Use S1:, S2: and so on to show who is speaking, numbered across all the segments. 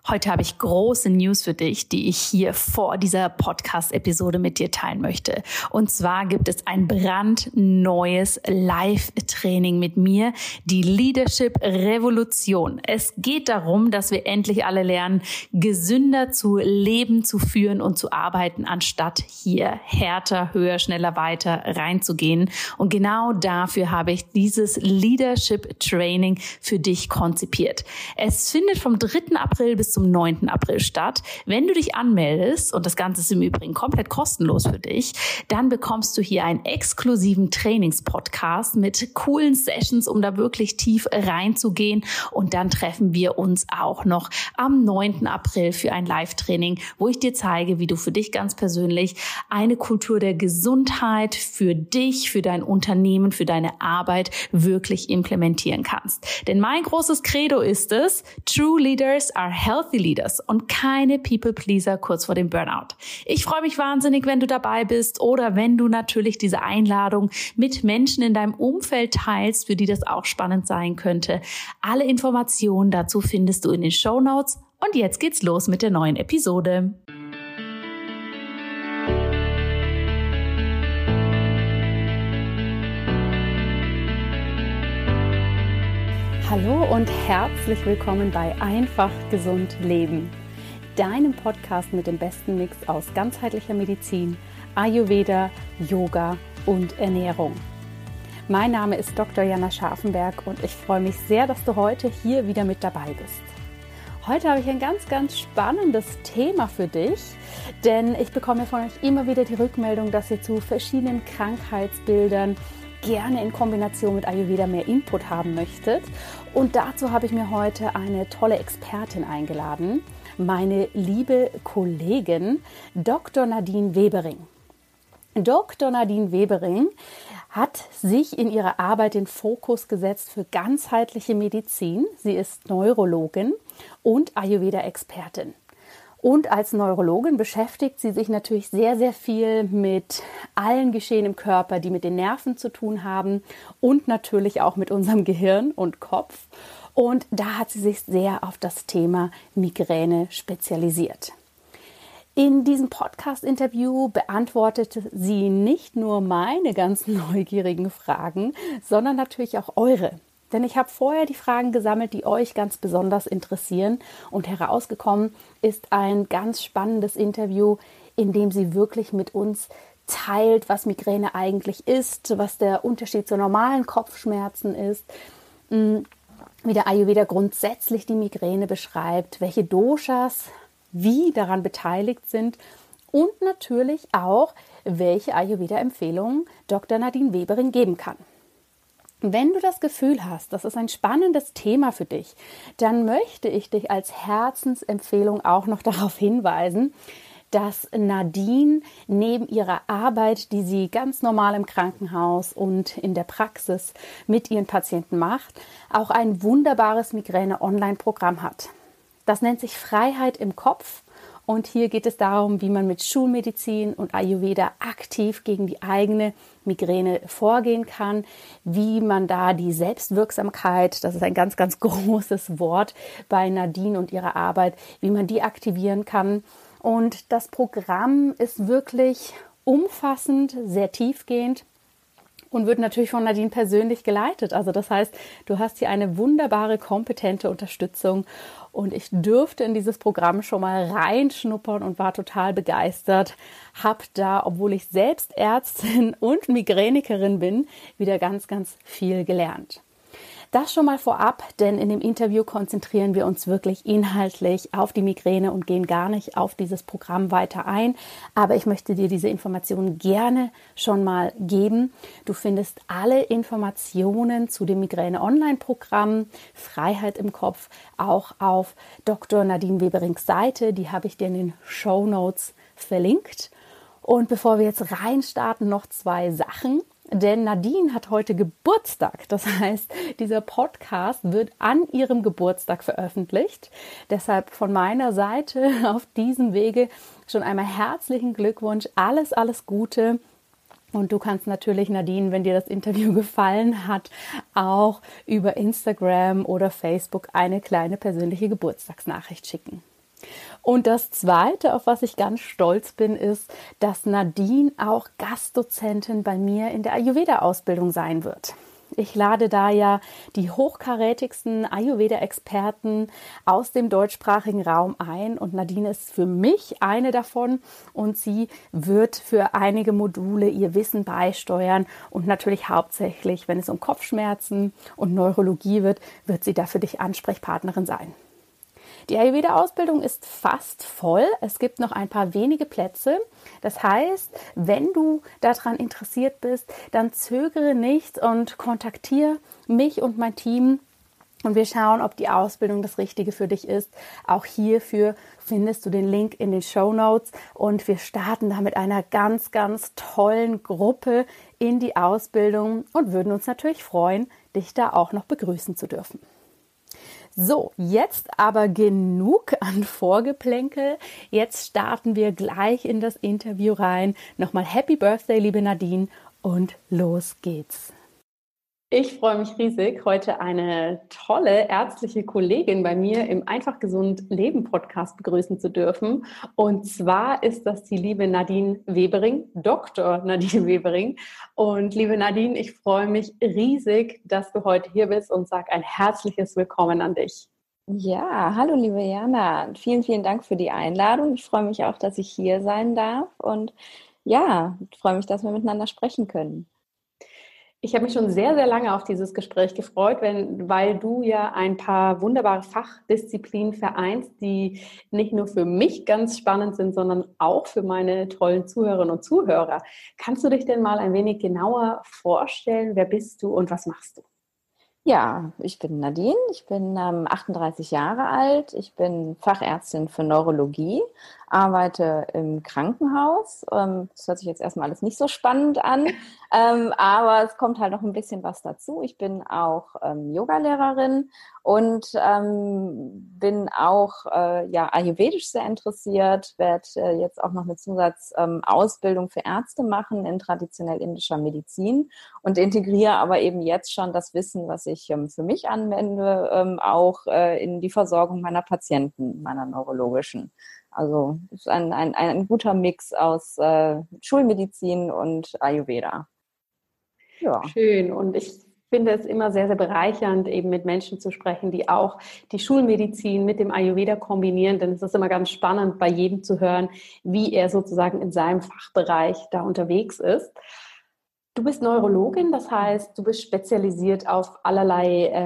S1: Heute habe ich große News für dich, die ich hier vor dieser Podcast-Episode mit dir teilen möchte. Und zwar gibt es ein brandneues Live-Training mit mir, die Leadership-Revolution. Es geht darum, dass wir endlich alle lernen, gesünder zu leben, zu führen und zu arbeiten, anstatt hier härter, höher, schneller, weiter reinzugehen. Und genau dafür habe ich dieses Leadership-Training für dich konzipiert. Es findet vom 3. April bis zum 9. April statt. Wenn du dich anmeldest, und das Ganze ist im Übrigen komplett kostenlos für dich, dann bekommst du hier einen exklusiven Trainingspodcast mit coolen Sessions, um da wirklich tief reinzugehen. Und dann treffen wir uns auch noch am 9. April für ein Live-Training, wo ich dir zeige, wie du für dich ganz persönlich eine Kultur der Gesundheit für dich, für dein Unternehmen, für deine Arbeit wirklich implementieren kannst. Denn mein großes Credo ist es, True Leaders are healthy Leaders und keine People-Pleaser kurz vor dem Burnout. Ich freue mich wahnsinnig, wenn du dabei bist oder wenn du natürlich diese Einladung mit Menschen in deinem Umfeld teilst, für die das auch spannend sein könnte. Alle Informationen dazu findest du in den Shownotes. Und jetzt geht's los mit der neuen Episode.
S2: Hallo und herzlich willkommen bei Einfach Gesund Leben, deinem Podcast mit dem besten Mix aus ganzheitlicher Medizin, Ayurveda, Yoga und Ernährung. Mein Name ist Dr. Jana Scharfenberg und ich freue mich sehr, dass du heute hier wieder mit dabei bist. Heute habe ich ein ganz spannendes Thema für dich, denn ich bekomme von euch immer wieder die Rückmeldung, dass ihr zu verschiedenen Krankheitsbildern gerne in Kombination mit Ayurveda mehr Input haben möchtet. Und dazu habe ich mir heute eine tolle Expertin eingeladen, meine liebe Kollegin Dr. Nadine Webering. Dr. Nadine Webering hat sich in ihrer Arbeit den Fokus gesetzt für ganzheitliche Medizin. Sie ist Neurologin und Ayurveda-Expertin. Und als Neurologin beschäftigt sie sich natürlich sehr viel mit allen Geschehen im Körper, die mit den Nerven zu tun haben und natürlich auch mit unserem Gehirn und Kopf. Und da hat sie sich sehr auf das Thema Migräne spezialisiert. In diesem Podcast-Interview beantwortete sie nicht nur meine ganz neugierigen Fragen, sondern natürlich auch eure. Denn ich habe vorher die Fragen gesammelt, die euch ganz besonders interessieren. Und herausgekommen ist ein ganz spannendes Interview, in dem sie wirklich mit uns teilt, was Migräne eigentlich ist, was der Unterschied zu normalen Kopfschmerzen ist, wie der Ayurveda grundsätzlich die Migräne beschreibt, welche Doshas wie daran beteiligt sind und natürlich auch, welche Ayurveda-Empfehlungen Dr. Nadine Webering geben kann. Wenn du das Gefühl hast, das ist ein spannendes Thema für dich, dann möchte ich dich als Herzensempfehlung auch noch darauf hinweisen, dass Nadine neben ihrer Arbeit, die sie ganz normal im Krankenhaus und in der Praxis mit ihren Patienten macht, auch ein wunderbares Migräne-Online-Programm hat. Das nennt sich Freiheit im Kopf. Und hier geht es darum, wie man mit Schulmedizin und Ayurveda aktiv gegen die eigene Migräne vorgehen kann, wie man da die Selbstwirksamkeit, das ist ein ganz großes Wort bei Nadine und ihrer Arbeit, wie man die aktivieren kann. Und das Programm ist wirklich umfassend, sehr tiefgehend und wird natürlich von Nadine persönlich geleitet. Also das heißt, du hast hier eine wunderbare, kompetente Unterstützung. Und ich durfte in dieses Programm schon mal reinschnuppern und war total begeistert. Hab da, obwohl ich selbst Ärztin und Migränikerin bin, wieder ganz viel gelernt. Das schon mal vorab, denn in dem Interview konzentrieren wir uns wirklich inhaltlich auf die Migräne und gehen gar nicht auf dieses Programm weiter ein. Aber ich möchte dir diese Informationen gerne schon mal geben. Du findest alle Informationen zu dem Migräne-Online-Programm Freiheit im Kopf auch auf Dr. Nadine Weberings Seite. Die habe ich dir in den Shownotes verlinkt. Und bevor wir jetzt reinstarten, noch 2 Sachen. Denn Nadine hat heute Geburtstag. Das heißt, dieser Podcast wird an ihrem Geburtstag veröffentlicht. Deshalb von meiner Seite auf diesem Wege schon einmal herzlichen Glückwunsch. Alles Gute. Und du kannst natürlich Nadine, wenn dir das Interview gefallen hat, auch über Instagram oder Facebook eine kleine persönliche Geburtstagsnachricht schicken. Und das Zweite, auf was ich ganz stolz bin, ist, dass Nadine auch Gastdozentin bei mir in der Ayurveda-Ausbildung sein wird. Ich lade da ja die hochkarätigsten Ayurveda-Experten aus dem deutschsprachigen Raum ein und Nadine ist für mich eine davon und sie wird für einige Module ihr Wissen beisteuern und natürlich hauptsächlich, wenn es um Kopfschmerzen und Neurologie wird sie da für dich Ansprechpartnerin sein. Die Ayurveda-Ausbildung ist fast voll. Es gibt noch ein paar wenige Plätze. Das heißt, wenn du daran interessiert bist, dann zögere nicht und kontaktiere mich und mein Team. Und wir schauen, ob die Ausbildung das Richtige für dich ist. Auch hierfür findest du den Link in den Shownotes. Und wir starten da mit einer ganz, ganz tollen Gruppe in die Ausbildung und würden uns natürlich freuen, dich da auch noch begrüßen zu dürfen. So, jetzt aber genug an Vorgeplänkel. Jetzt starten wir gleich in das Interview rein. Nochmal Happy Birthday, liebe Nadine, und los geht's. Ich freue mich riesig, heute eine tolle ärztliche Kollegin bei mir im Einfach Gesund Leben Podcast begrüßen zu dürfen. Und zwar ist das die liebe Nadine Webering, Dr. Nadine Webering. Und liebe Nadine, ich freue mich riesig, dass du heute hier bist und sag ein herzliches Willkommen an dich.
S3: Ja, hallo liebe Jana. Vielen, vielen Dank für die Einladung. Ich freue mich auch, dass ich hier sein darf. Und ja, ich freue mich, dass wir miteinander sprechen können.
S2: Ich habe mich schon sehr, sehr lange auf dieses Gespräch gefreut, weil du ja ein paar wunderbare Fachdisziplinen vereinst, die nicht nur für mich ganz spannend sind, sondern auch für meine tollen Zuhörerinnen und Zuhörer. Kannst du dich denn mal ein wenig genauer vorstellen? Wer bist du und was machst du?
S3: Ja, ich bin Nadine, ich bin 38 Jahre alt, ich bin Fachärztin für Neurologie, arbeite im Krankenhaus. Das hört sich jetzt erstmal alles nicht so spannend an, aber es kommt halt noch ein bisschen was dazu. Ich bin auch Yogalehrerin und bin auch ayurvedisch sehr interessiert, werde jetzt auch noch eine Zusatzausbildung für Ärzte machen in traditionell indischer Medizin und integriere aber eben jetzt schon das Wissen, was ich für mich anwende, auch in die Versorgung meiner Patienten, meiner neurologischen. Also es ist ein guter Mix aus Schulmedizin und Ayurveda.
S2: Ja. Schön. Und ich finde es immer sehr, sehr bereichernd, eben mit Menschen zu sprechen, die auch die Schulmedizin mit dem Ayurveda kombinieren. Denn es ist immer ganz spannend, bei jedem zu hören, wie er sozusagen in seinem Fachbereich da unterwegs ist. Du bist Neurologin, das heißt, du bist spezialisiert auf allerlei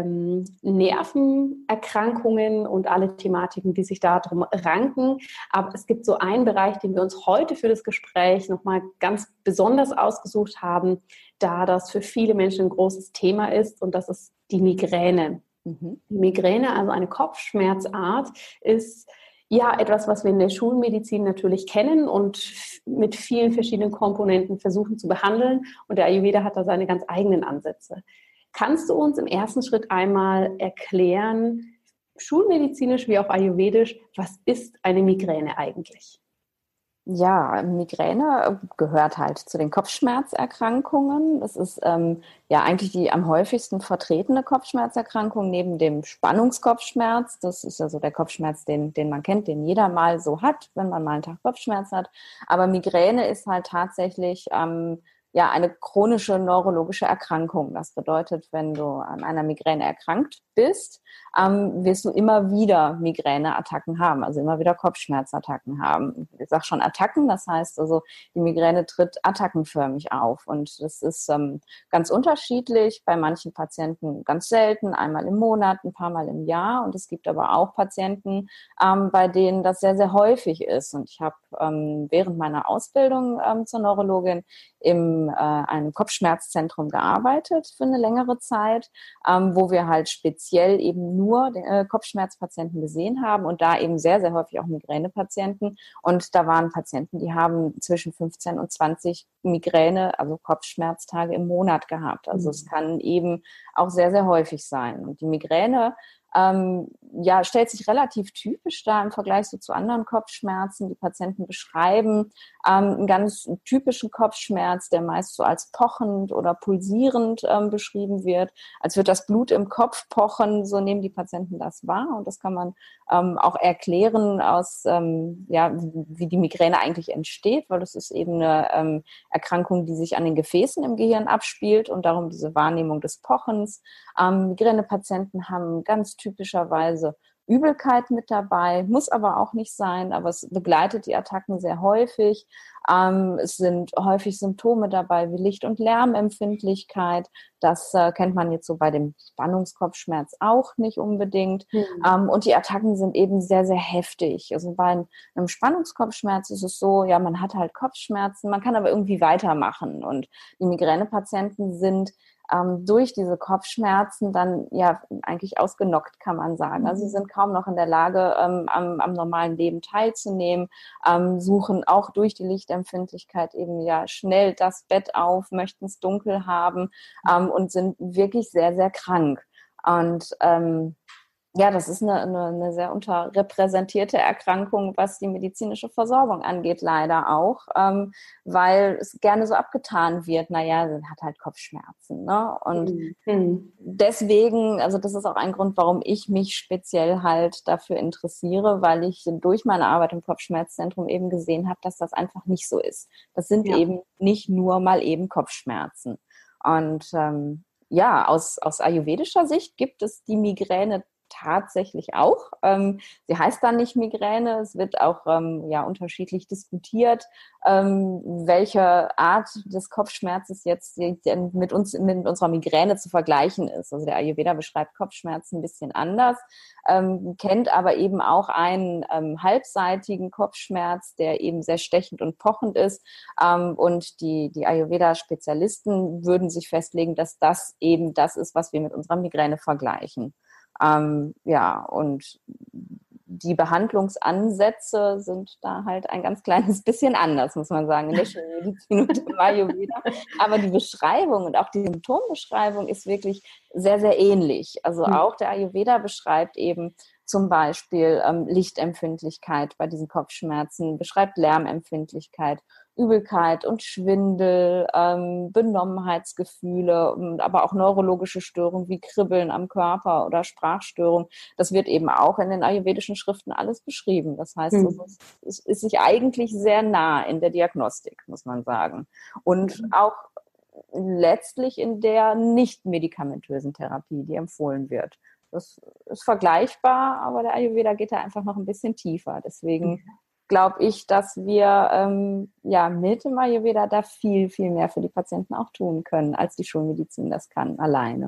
S2: Nervenerkrankungen und alle Thematiken, die sich darum ranken. Aber es gibt so einen Bereich, den wir uns heute für das Gespräch nochmal ganz besonders ausgesucht haben, da das für viele Menschen ein großes Thema ist, und das ist die Migräne. Die Migräne, also eine Kopfschmerzart, ist ja etwas, was wir in der Schulmedizin natürlich kennen und mit vielen verschiedenen Komponenten versuchen zu behandeln. Und der Ayurveda hat da seine ganz eigenen Ansätze. Kannst du uns im ersten Schritt einmal erklären, schulmedizinisch wie auch ayurvedisch, was ist eine Migräne eigentlich?
S3: Ja, Migräne gehört halt zu den Kopfschmerzerkrankungen. Das ist eigentlich die am häufigsten vertretene Kopfschmerzerkrankung neben dem Spannungskopfschmerz. Das ist ja so der Kopfschmerz, den man kennt, den jeder mal so hat, wenn man mal einen Tag Kopfschmerz hat. Aber Migräne ist halt tatsächlich eine chronische neurologische Erkrankung. Das bedeutet, wenn du an einer Migräne erkrankt bist, wirst du immer wieder Migräneattacken haben, also immer wieder Kopfschmerzattacken haben. Ich sage schon Attacken, das heißt also, die Migräne tritt attackenförmig auf. Und das ist ganz unterschiedlich, bei manchen Patienten ganz selten, einmal im Monat, ein paar Mal im Jahr. Und es gibt aber auch Patienten, bei denen das sehr, sehr häufig ist. Und ich habe während meiner Ausbildung zur Neurologin in einem Kopfschmerzzentrum gearbeitet für eine längere Zeit, wo wir halt speziell eben nur Kopfschmerzpatienten gesehen haben und da eben sehr, sehr häufig auch Migränepatienten. Und da waren Patienten, die haben zwischen 15 und 20 Migräne, also Kopfschmerztage im Monat gehabt. Also es kann eben auch sehr, sehr häufig sein. Und die Migräne stellt sich relativ typisch dar im Vergleich so zu anderen Kopfschmerzen. Die Patienten beschreiben einen ganz typischen Kopfschmerz, der meist so als pochend oder pulsierend beschrieben wird. Als würde das Blut im Kopf pochen, so nehmen die Patienten das wahr. Und das kann man auch erklären wie die Migräne eigentlich entsteht, weil das ist eben eine Erkrankung, die sich an den Gefäßen im Gehirn abspielt und darum diese Wahrnehmung des Pochens. Migränepatienten haben ganz typischerweise Übelkeit mit dabei, muss aber auch nicht sein, aber es begleitet die Attacken sehr häufig. Es sind häufig Symptome dabei wie Licht- und Lärmempfindlichkeit. Das kennt man jetzt so bei dem Spannungskopfschmerz auch nicht unbedingt. Und die Attacken sind eben sehr, sehr heftig. Also bei einem Spannungskopfschmerz ist es so, ja, man hat halt Kopfschmerzen, man kann aber irgendwie weitermachen. Und die Migränepatienten sind durch diese Kopfschmerzen dann ja eigentlich ausgenockt, kann man sagen. Also sie sind kaum noch in der Lage, am normalen Leben teilzunehmen, suchen auch durch die Lichtempfindlichkeit eben ja schnell das Bett auf, möchten es dunkel haben und sind wirklich sehr, sehr krank. Und das ist eine sehr unterrepräsentierte Erkrankung, was die medizinische Versorgung angeht, leider auch, weil es gerne so abgetan wird, naja, sie hat halt Kopfschmerzen. Ne? Und deswegen, also das ist auch ein Grund, warum ich mich speziell halt dafür interessiere, weil ich durch meine Arbeit im Kopfschmerzzentrum eben gesehen habe, dass das einfach nicht so ist. Das sind eben nicht nur mal eben Kopfschmerzen. Und aus ayurvedischer Sicht gibt es die Migräne tatsächlich auch. Sie heißt dann nicht Migräne. Es wird auch unterschiedlich diskutiert, welche Art des Kopfschmerzes jetzt mit unserer Migräne zu vergleichen ist. Also der Ayurveda beschreibt Kopfschmerzen ein bisschen anders, kennt aber eben auch einen halbseitigen Kopfschmerz, der eben sehr stechend und pochend ist. Und die Ayurveda-Spezialisten würden sich festlegen, dass das eben das ist, was wir mit unserer Migräne vergleichen. Und die Behandlungsansätze sind da halt ein ganz kleines bisschen anders, muss man sagen, in der Schulmedizin und im Ayurveda. Aber die Beschreibung und auch die Symptombeschreibung ist wirklich sehr, sehr ähnlich. Also auch der Ayurveda beschreibt eben zum Beispiel Lichtempfindlichkeit bei diesen Kopfschmerzen, beschreibt Lärmempfindlichkeit, Übelkeit und Schwindel, Benommenheitsgefühle, aber auch neurologische Störungen wie Kribbeln am Körper oder Sprachstörungen. Das wird eben auch in den ayurvedischen Schriften alles beschrieben. Das heißt, es ist sich eigentlich sehr nah in der Diagnostik, muss man sagen. Und auch letztlich in der nicht medikamentösen Therapie, die empfohlen wird. Das ist vergleichbar, aber der Ayurveda geht da einfach noch ein bisschen tiefer. Deswegen glaube ich, dass wir mit dem Ayurveda da viel, viel mehr für die Patienten auch tun können, als die Schulmedizin das kann, alleine.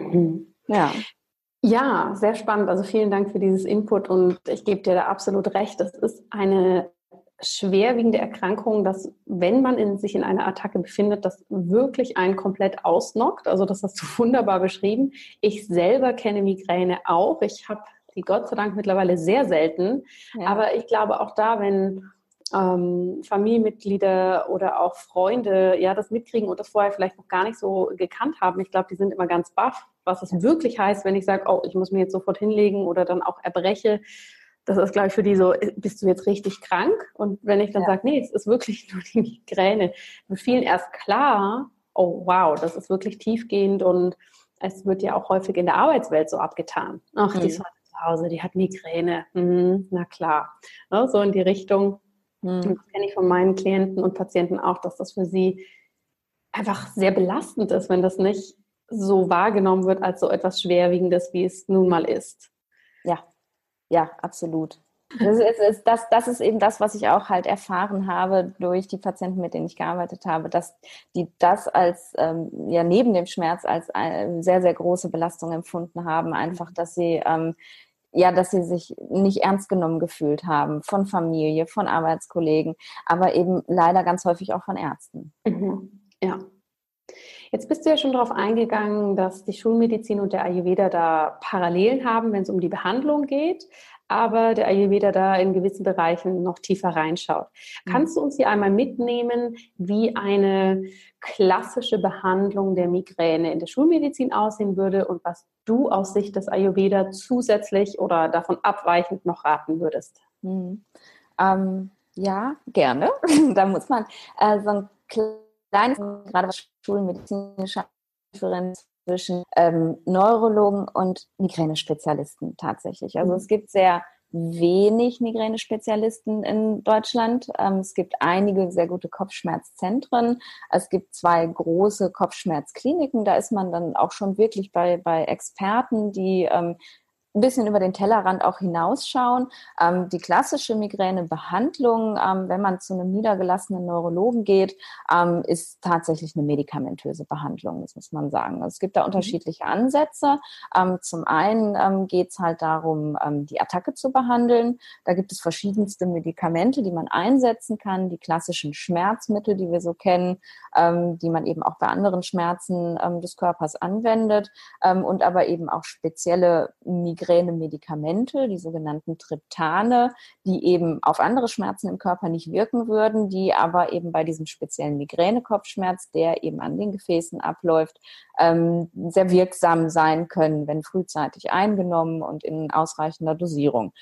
S2: Ja, sehr spannend. Also vielen Dank für dieses Input und ich gebe dir da absolut recht. Das ist eine schwerwiegende Erkrankung, dass, wenn man sich in einer Attacke befindet, das wirklich einen komplett ausnockt. Also das hast du wunderbar beschrieben. Ich selber kenne Migräne auch. Ich habe die Gott sei Dank mittlerweile sehr selten. Ja. Aber ich glaube auch da, wenn Familienmitglieder oder auch Freunde das mitkriegen und das vorher vielleicht noch gar nicht so gekannt haben, ich glaube, die sind immer ganz baff, was es wirklich heißt, wenn ich sage, oh, ich muss mir jetzt sofort hinlegen oder dann auch erbreche. Das ist, glaube ich, für die so, bist du jetzt richtig krank? Und wenn ich dann sage, nee, es ist wirklich nur die Migräne, wird vielen erst klar, oh wow, das ist wirklich tiefgehend und es wird ja auch häufig in der Arbeitswelt so abgetan. Ach, die ist heute zu Hause, die hat Migräne. Na klar. Ja, so in die Richtung. Und das kenne ich von meinen Klienten und Patienten auch, dass das für sie einfach sehr belastend ist, wenn das nicht so wahrgenommen wird als so etwas Schwerwiegendes, wie es nun mal ist.
S3: Ja, absolut. Das ist eben das, was ich auch halt erfahren habe durch die Patienten, mit denen ich gearbeitet habe, dass die das als neben dem Schmerz als eine sehr, sehr große Belastung empfunden haben. Einfach, dass sie sich nicht ernst genommen gefühlt haben von Familie, von Arbeitskollegen, aber eben leider ganz häufig auch von Ärzten.
S2: Ja. Jetzt bist du ja schon darauf eingegangen, dass die Schulmedizin und der Ayurveda da Parallelen haben, wenn es um die Behandlung geht. aber der Ayurveda da in gewissen Bereichen noch tiefer reinschaut. Kannst du uns hier einmal mitnehmen, wie eine klassische Behandlung der Migräne in der Schulmedizin aussehen würde und was du aus Sicht des Ayurveda zusätzlich oder davon abweichend noch raten würdest?
S3: Ja, gerne. Da muss man so ein kleines, gerade was schulmedizinische Differenz zwischen Neurologen und Migränespezialisten tatsächlich. Also es gibt sehr wenig Migränespezialisten in Deutschland. Es gibt einige sehr gute Kopfschmerzzentren. Es gibt 2 große Kopfschmerzkliniken. Da ist man dann auch schon wirklich bei Experten, die ein bisschen über den Tellerrand auch hinausschauen. Die klassische Migränebehandlung, wenn man zu einem niedergelassenen Neurologen geht, ist tatsächlich eine medikamentöse Behandlung, das muss man sagen. Also es gibt da unterschiedliche Ansätze. Zum einen geht es halt darum, die Attacke zu behandeln. Da gibt es verschiedenste Medikamente, die man einsetzen kann, die klassischen Schmerzmittel, die wir so kennen, die man eben auch bei anderen Schmerzen des Körpers anwendet, und aber eben auch spezielle Migräne-Medikamente, die sogenannten Triptane, die eben auf andere Schmerzen im Körper nicht wirken würden, die aber eben bei diesem speziellen Migräne-Kopfschmerz, der eben an den Gefäßen abläuft, sehr wirksam sein können, wenn frühzeitig eingenommen und in ausreichender Dosierung.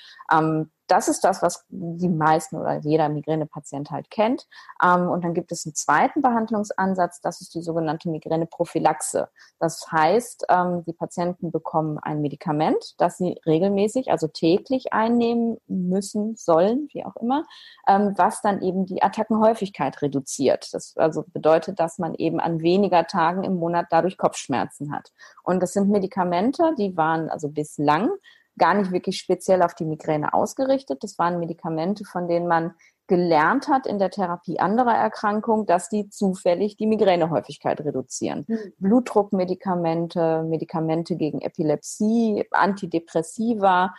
S3: Das ist das, was die meisten oder jeder Migränepatient halt kennt. Und dann gibt es einen zweiten Behandlungsansatz, das ist die sogenannte Migräneprophylaxe. Das heißt, die Patienten bekommen ein Medikament, das sie regelmäßig, also täglich einnehmen müssen, sollen, wie auch immer, was dann eben die Attackenhäufigkeit reduziert. Das also bedeutet, dass man eben an weniger Tagen im Monat dadurch Kopfschmerzen hat. Und das sind Medikamente, die waren also bislang gar nicht wirklich speziell auf die Migräne ausgerichtet. Das waren Medikamente, von denen man gelernt hat in der Therapie anderer Erkrankungen, dass die zufällig die Migränehäufigkeit reduzieren. Blutdruckmedikamente, Medikamente gegen Epilepsie, Antidepressiva,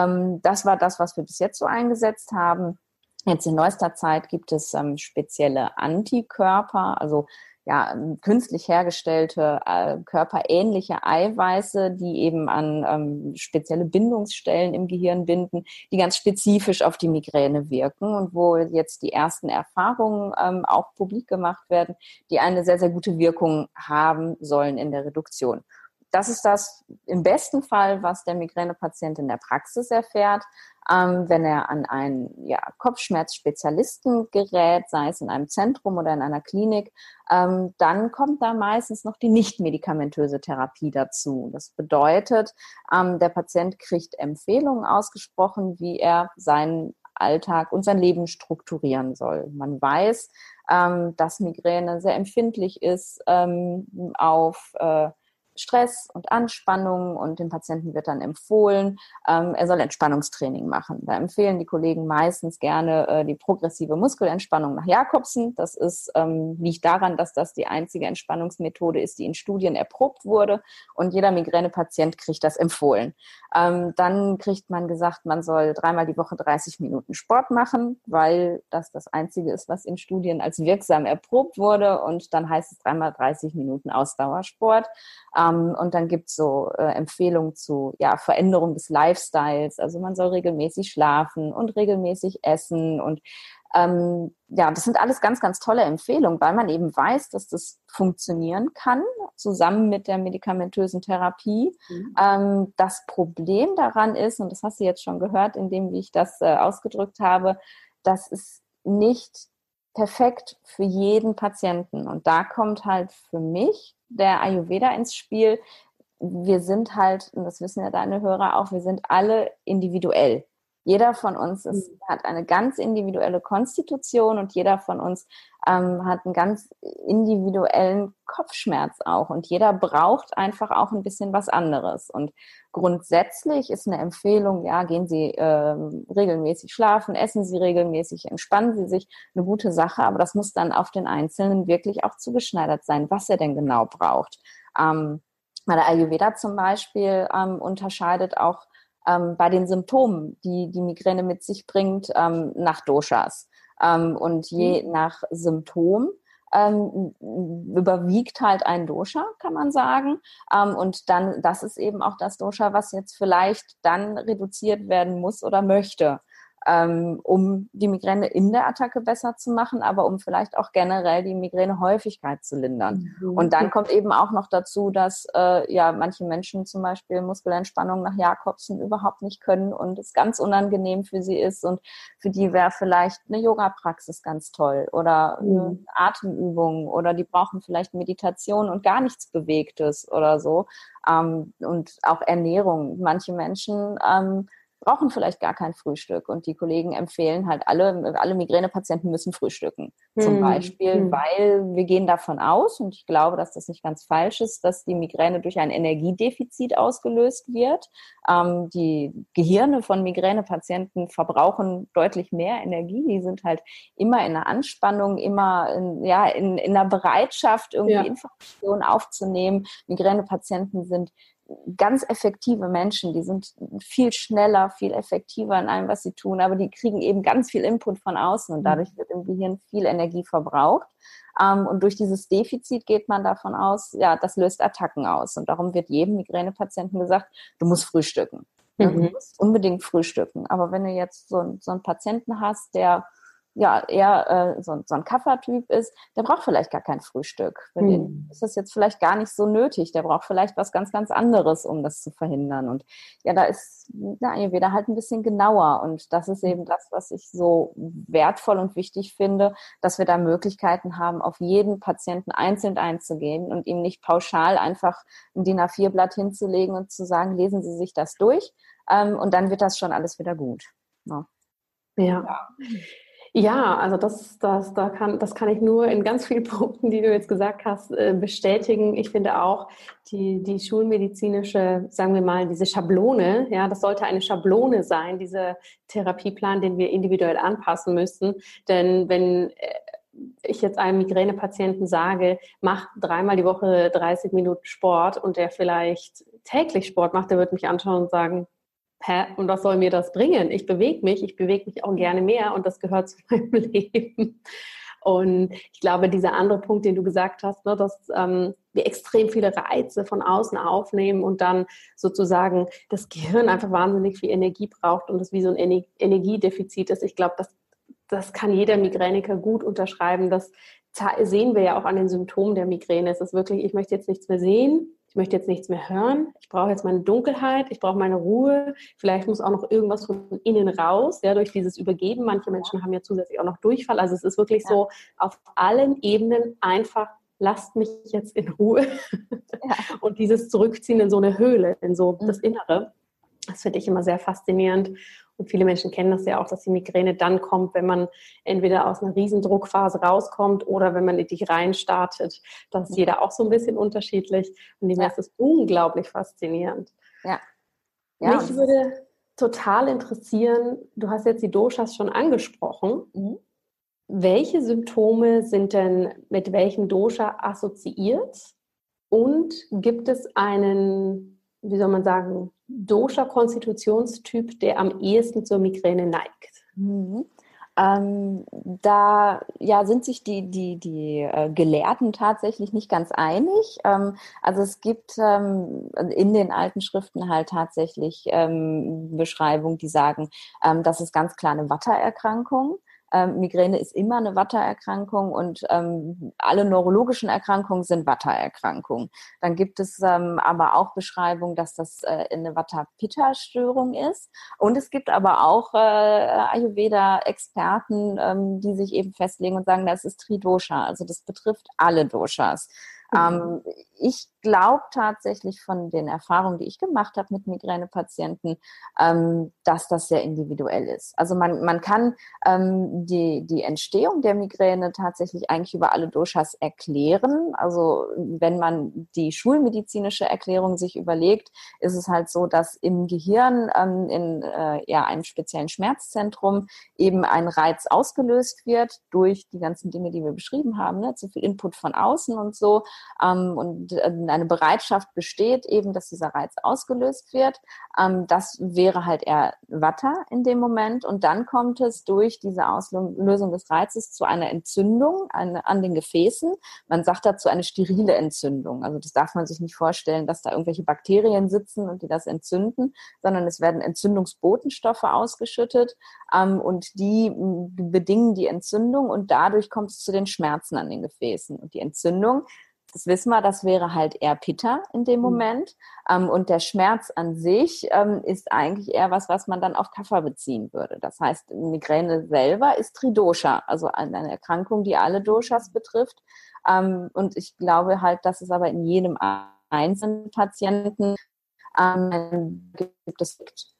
S3: das war das, was wir bis jetzt so eingesetzt haben. Jetzt in neuester Zeit gibt es spezielle Antikörper, also ja, künstlich hergestellte, körperähnliche Eiweiße, die eben an spezielle Bindungsstellen im Gehirn binden, die ganz spezifisch auf die Migräne wirken und wo jetzt die ersten Erfahrungen auch publik gemacht werden, die eine sehr, sehr gute Wirkung haben sollen in der Reduktion. Das ist das im besten Fall, was der Migränepatient in der Praxis erfährt. Wenn er an einen Kopfschmerzspezialisten gerät, sei es in einem Zentrum oder in einer Klinik, dann kommt da meistens noch die nicht-medikamentöse Therapie dazu. Das bedeutet, der Patient kriegt Empfehlungen ausgesprochen, wie er seinen Alltag und sein Leben strukturieren soll. Man weiß, dass Migräne sehr empfindlich ist auf Stress und Anspannung, und dem Patienten wird dann empfohlen, er soll Entspannungstraining machen. Da empfehlen die Kollegen meistens gerne die progressive Muskelentspannung nach Jacobsen. Das liegt daran, dass das die einzige Entspannungsmethode ist, die in Studien erprobt wurde, und jeder Migränepatient kriegt das empfohlen. Dann kriegt man gesagt, man soll 3-mal die Woche 30 Minuten Sport machen, weil das Einzige ist, was in Studien als wirksam erprobt wurde, und dann heißt es 3-mal 30 Minuten Ausdauersport. Und dann gibt es so Empfehlungen zu Veränderung des Lifestyles. Also man soll regelmäßig schlafen und regelmäßig essen. Und das sind alles ganz, ganz tolle Empfehlungen, weil man eben weiß, dass das funktionieren kann, zusammen mit der medikamentösen Therapie. Das Problem daran ist, und das hast du jetzt schon gehört, indem wie ich das ausgedrückt habe, das ist nicht perfekt für jeden Patienten. Und da kommt halt für mich der Ayurveda ins Spiel. Wir sind halt, und das wissen ja deine Hörer auch, wir sind alle individuell. Jeder von uns hat eine ganz individuelle Konstitution, und jeder von uns hat einen ganz individuellen Kopfschmerz auch. Und jeder braucht einfach auch ein bisschen was anderes. Und grundsätzlich ist eine Empfehlung, gehen Sie regelmäßig schlafen, essen Sie regelmäßig, entspannen Sie sich, eine gute Sache. Aber das muss dann auf den Einzelnen wirklich auch zugeschneidert sein, was er denn genau braucht. Der Ayurveda zum Beispiel unterscheidet auch bei den Symptomen, die die Migräne mit sich bringt, nach Doshas. Und je nach Symptom überwiegt halt ein Dosha, kann man sagen. Und dann, das ist eben auch das Dosha, was jetzt vielleicht dann reduziert werden muss oder möchte, um die Migräne in der Attacke besser zu machen, aber um vielleicht auch generell die Migränehäufigkeit zu lindern. Und dann kommt eben auch noch dazu, dass manche Menschen zum Beispiel Muskelentspannung nach Jakobsen überhaupt nicht können und es ganz unangenehm für sie ist. Und für die wäre vielleicht eine Yoga-Praxis ganz toll oder eine Atemübung oder die brauchen vielleicht Meditation und gar nichts Bewegtes oder so. Und auch Ernährung. Manche Menschen brauchen vielleicht gar kein Frühstück. Und die Kollegen empfehlen halt, alle Migränepatienten müssen frühstücken. Zum Beispiel, weil wir gehen davon aus, und ich glaube, dass das nicht ganz falsch ist, dass die Migräne durch ein Energiedefizit ausgelöst wird. Die Gehirne von Migränepatienten verbrauchen deutlich mehr Energie. Die sind halt immer in einer Anspannung, immer in einer Bereitschaft, irgendwie Informationen aufzunehmen. Migränepatienten sind ganz effektive Menschen, die sind viel schneller, viel effektiver in allem, was sie tun, aber die kriegen eben ganz viel Input von außen und dadurch wird im Gehirn viel Energie verbraucht. Und durch dieses Defizit geht man davon aus, das löst Attacken aus. Und darum wird jedem Migränepatienten gesagt, du musst frühstücken. Du musst unbedingt frühstücken. Aber wenn du jetzt so einen Patienten hast, der eher so ein Kaffertyp ist, der braucht vielleicht gar kein Frühstück. Für den ist das jetzt vielleicht gar nicht so nötig. Der braucht vielleicht was ganz, ganz anderes, um das zu verhindern. Und da ist Ayurveda halt ein bisschen genauer. Und das ist eben das, was ich so wertvoll und wichtig finde, dass wir da Möglichkeiten haben, auf jeden Patienten einzeln einzugehen und ihm nicht pauschal einfach ein DIN A4-Blatt hinzulegen und zu sagen, lesen Sie sich das durch und dann wird das schon alles wieder gut.
S2: Ja, also das kann ich nur in ganz vielen Punkten, die du jetzt gesagt hast, bestätigen. Ich finde auch die schulmedizinische, sagen wir mal, diese Schablone, das sollte eine Schablone sein, dieser Therapieplan, den wir individuell anpassen müssen. Denn wenn ich jetzt einem Migränepatienten sage, mach 3-mal die Woche 30 Minuten Sport und der vielleicht täglich Sport macht, der wird mich anschauen und sagen, und was soll mir das bringen? Ich bewege mich auch gerne mehr und das gehört zu meinem Leben. Und ich glaube, dieser andere Punkt, den du gesagt hast, dass wir extrem viele Reize von außen aufnehmen und dann sozusagen das Gehirn einfach wahnsinnig viel Energie braucht und das wie so ein Energiedefizit ist. Ich glaube, das kann jeder Migräniker gut unterschreiben. Das sehen wir ja auch an den Symptomen der Migräne. Es ist wirklich, ich möchte jetzt nichts mehr sehen. Ich möchte jetzt nichts mehr hören, ich brauche jetzt meine Dunkelheit, ich brauche meine Ruhe, vielleicht muss auch noch irgendwas von innen raus, durch dieses Übergeben. Manche Menschen haben ja zusätzlich auch noch Durchfall, also es ist wirklich so auf allen Ebenen einfach, lasst mich jetzt in Ruhe und dieses Zurückziehen in so eine Höhle, in so das Innere, das finde ich immer sehr faszinierend. Und viele Menschen kennen das ja auch, dass die Migräne dann kommt, wenn man entweder aus einer Riesendruckphase rauskommt oder wenn man in die rein startet. Das ist jeder auch so ein bisschen unterschiedlich. Und dem ist es unglaublich faszinierend. Mich würde total interessieren, du hast jetzt die Doshas schon angesprochen. Welche Symptome sind denn mit welchem Dosha assoziiert? Und gibt es einen, wie soll man sagen, Dosha-Konstitutionstyp, der am ehesten zur Migräne neigt?
S3: Da sind sich die Gelehrten tatsächlich nicht ganz einig. Also es gibt in den alten Schriften halt tatsächlich Beschreibungen, die sagen, das ist ganz klar eine Vata-Erkrankung. Migräne ist immer eine Vata-Erkrankung und alle neurologischen Erkrankungen sind Vata-Erkrankungen. Dann gibt es aber auch Beschreibungen, dass das eine Vata-Pitta-Störung ist. Und es gibt aber auch Ayurveda-Experten, die sich eben festlegen und sagen, das ist Tridosha. Also das betrifft alle Doshas. Ich glaube tatsächlich von den Erfahrungen, die ich gemacht habe mit Migränepatienten, dass das sehr individuell ist. Also man kann die Entstehung der Migräne tatsächlich eigentlich über alle Doshas erklären. Also wenn man die schulmedizinische Erklärung sich überlegt, ist es halt so, dass im Gehirn in einem speziellen Schmerzzentrum eben ein Reiz ausgelöst wird durch die ganzen Dinge, die wir beschrieben haben, zu viel Input von außen und so. Und eine Bereitschaft besteht, eben, dass dieser Reiz ausgelöst wird. Das wäre halt eher Vata in dem Moment. Und dann kommt es durch diese Auslösung des Reizes zu einer Entzündung an den Gefäßen. Man sagt dazu eine sterile Entzündung. Also das darf man sich nicht vorstellen, dass da irgendwelche Bakterien sitzen und die das entzünden, sondern es werden Entzündungsbotenstoffe ausgeschüttet und die bedingen die Entzündung und dadurch kommt es zu den Schmerzen an den Gefäßen. Und die Entzündung, das wissen wir, das wäre halt eher Pitta in dem Moment. Und der Schmerz an sich ist eigentlich eher was man dann auf Kapha beziehen würde. Das heißt, Migräne selber ist Tridosha, also eine Erkrankung, die alle Doshas betrifft. Und ich glaube halt, dass es aber in jedem einzelnen Patienten gibt es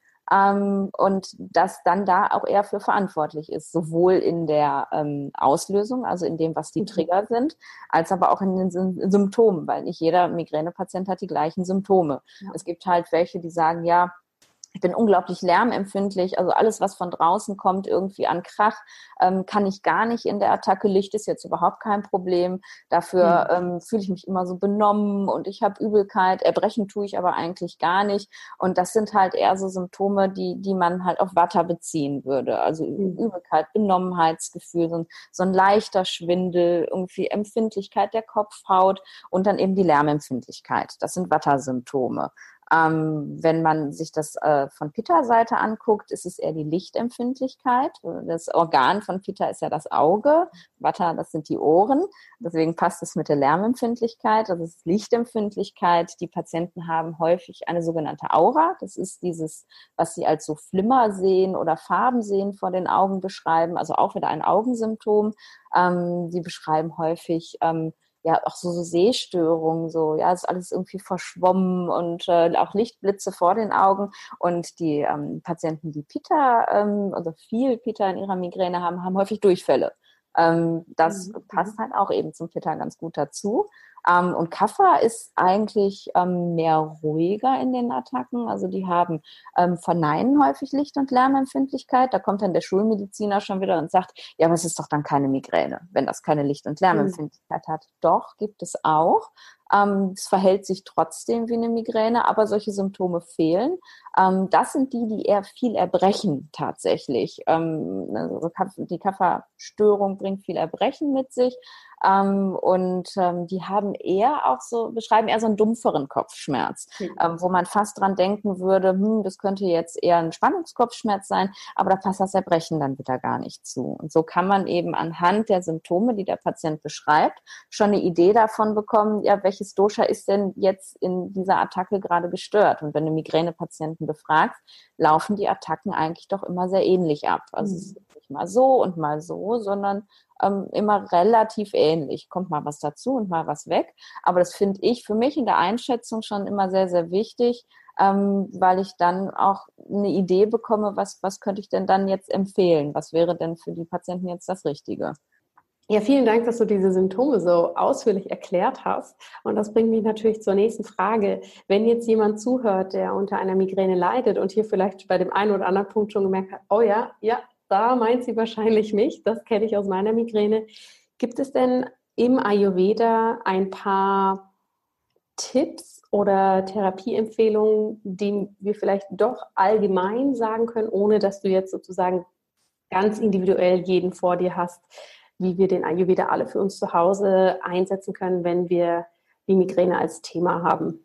S3: und das dann da auch eher für verantwortlich ist, sowohl in der Auslösung, also in dem, was die Trigger sind, als aber auch in den Symptomen, weil nicht jeder Migränepatient hat die gleichen Symptome. Ja. Es gibt halt welche, die sagen, ja, ich bin unglaublich lärmempfindlich, also alles, was von draußen kommt, irgendwie an Krach, kann ich gar nicht in der Attacke. Licht ist jetzt überhaupt kein Problem. Dafür fühle ich mich immer so benommen und ich habe Übelkeit. Erbrechen tue ich aber eigentlich gar nicht. Und das sind halt eher so Symptome, die man halt auf Vata beziehen würde. Also Übelkeit, Benommenheitsgefühl, so ein leichter Schwindel, irgendwie Empfindlichkeit der Kopfhaut und dann eben die Lärmempfindlichkeit. Das sind Vata-Symptome. Wenn man sich das von Pitta-Seite anguckt, ist es eher die Lichtempfindlichkeit. Das Organ von Pitta ist ja das Auge, Vata, das sind die Ohren. Deswegen passt es mit der Lärmempfindlichkeit. Das ist Lichtempfindlichkeit. Die Patienten haben häufig eine sogenannte Aura. Das ist dieses, was sie als so Flimmer sehen oder Farben sehen vor den Augen beschreiben. Also auch wieder ein Augensymptom. Sie beschreiben häufig auch so Sehstörungen, ist alles irgendwie verschwommen und auch Lichtblitze vor den Augen. Und die Patienten, die Pitta, also viel Pitta in ihrer Migräne haben häufig Durchfälle. Das passt halt auch eben zum Pitta ganz gut dazu. Und Kapha ist eigentlich mehr ruhiger in den Attacken. Also die verneinen häufig Licht- und Lärmempfindlichkeit. Da kommt dann der Schulmediziner schon wieder und sagt, ja, aber es ist doch dann keine Migräne, wenn das keine Licht- und Lärmempfindlichkeit hat. Doch, gibt es auch. Es verhält sich trotzdem wie eine Migräne, aber solche Symptome fehlen. Das sind die eher viel erbrechen tatsächlich. Also die Kapha-Störung bringt viel Erbrechen mit sich. Die haben beschreiben eher so einen dumpferen Kopfschmerz, wo man fast dran denken würde, das könnte jetzt eher ein Spannungskopfschmerz sein, aber da passt das Erbrechen dann wieder gar nicht zu. Und so kann man eben anhand der Symptome, die der Patient beschreibt, schon eine Idee davon bekommen, ja, welches Dosha ist denn jetzt in dieser Attacke gerade gestört? Und wenn du Migränepatienten befragst, laufen die Attacken eigentlich doch immer sehr ähnlich ab. Also es ist nicht mal so und mal so, sondern immer relativ ähnlich. Kommt mal was dazu und mal was weg. Aber das finde ich für mich in der Einschätzung schon immer sehr, sehr wichtig, weil ich dann auch eine Idee bekomme, was könnte ich denn dann jetzt empfehlen? Was wäre denn für die Patienten jetzt das Richtige?
S2: Ja, vielen Dank, dass du diese Symptome so ausführlich erklärt hast. Und das bringt mich natürlich zur nächsten Frage. Wenn jetzt jemand zuhört, der unter einer Migräne leidet und hier vielleicht bei dem einen oder anderen Punkt schon gemerkt hat, oh ja, da meint sie wahrscheinlich mich, das kenne ich aus meiner Migräne. Gibt es denn im Ayurveda ein paar Tipps oder Therapieempfehlungen, die wir vielleicht doch allgemein sagen können, ohne dass du jetzt sozusagen ganz individuell jeden vor dir hast, wie wir den Ayurveda alle für uns zu Hause einsetzen können, wenn wir die Migräne als Thema haben?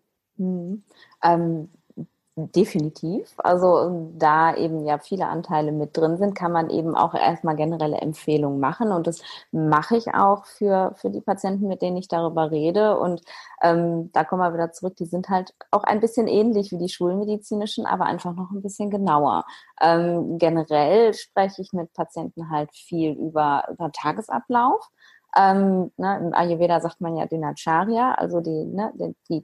S3: Definitiv. Also da eben ja viele Anteile mit drin sind, kann man eben auch erstmal generelle Empfehlungen machen. Und das mache ich auch für die Patienten, mit denen ich darüber rede. Und da kommen wir wieder zurück, die sind halt auch ein bisschen ähnlich wie die schulmedizinischen, aber einfach noch ein bisschen genauer. Generell spreche ich mit Patienten halt viel über Tagesablauf. Im Ayurveda sagt man ja Dinacharya, also die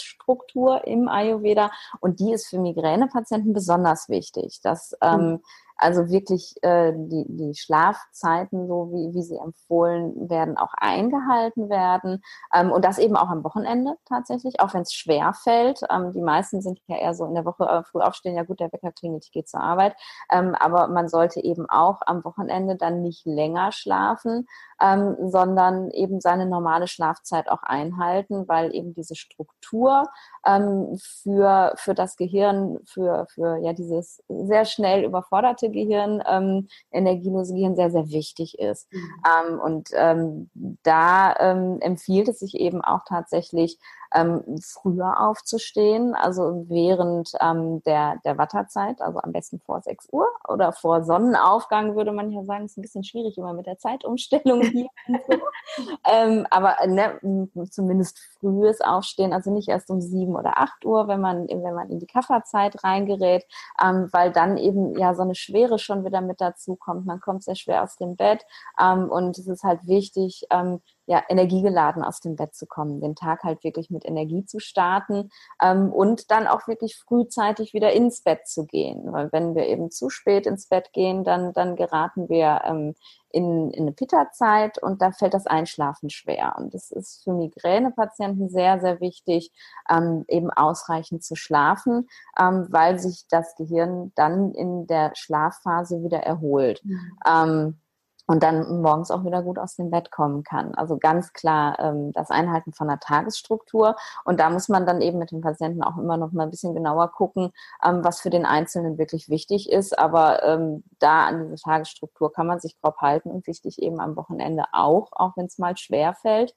S3: Tagesstruktur im Ayurveda, und die ist für Migränepatienten besonders wichtig. Das Also wirklich die Schlafzeiten, so wie sie empfohlen werden, auch eingehalten werden. Und das eben auch am Wochenende tatsächlich, auch wenn es schwer fällt. Die meisten sind ja eher so in der Woche früh aufstehen, ja gut, der Wecker klingelt, ich gehe zur Arbeit. Aber man sollte eben auch am Wochenende dann nicht länger schlafen, sondern eben seine normale Schlafzeit auch einhalten, weil eben diese Struktur für das Gehirn, für ja dieses sehr schnell überforderte Gehirn, energielose Gehirn sehr, sehr wichtig ist. Und da empfiehlt es sich eben auch tatsächlich, früher aufzustehen, also während der Watterzeit, also am besten vor 6 Uhr oder vor Sonnenaufgang, würde man ja sagen. Ist ein bisschen schwierig immer mit der Zeitumstellung hier. Aber zumindest frühes Aufstehen, also nicht erst um 7 oder 8 Uhr, wenn man in die Kafferzeit reingerät, weil dann eben ja so eine Schwere schon wieder mit dazu kommt. Man kommt sehr schwer aus dem Bett, und es ist halt wichtig, ja, energiegeladen aus dem Bett zu kommen, den Tag halt wirklich mit Energie zu starten, und dann auch wirklich frühzeitig wieder ins Bett zu gehen. Weil wenn wir eben zu spät ins Bett gehen, dann geraten wir in eine Pitta-Zeit und da fällt das Einschlafen schwer. Und das ist für Migränepatienten sehr, sehr wichtig, eben ausreichend zu schlafen, weil sich das Gehirn dann in der Schlafphase wieder erholt. Und dann morgens auch wieder gut aus dem Bett kommen kann. Also ganz klar das Einhalten von einer Tagesstruktur. Und da muss man dann eben mit den Patienten auch immer noch mal ein bisschen genauer gucken, was für den Einzelnen wirklich wichtig ist. Aber da an diese Tagesstruktur kann man sich grob halten und wichtig eben am Wochenende auch wenn es mal schwer fällt.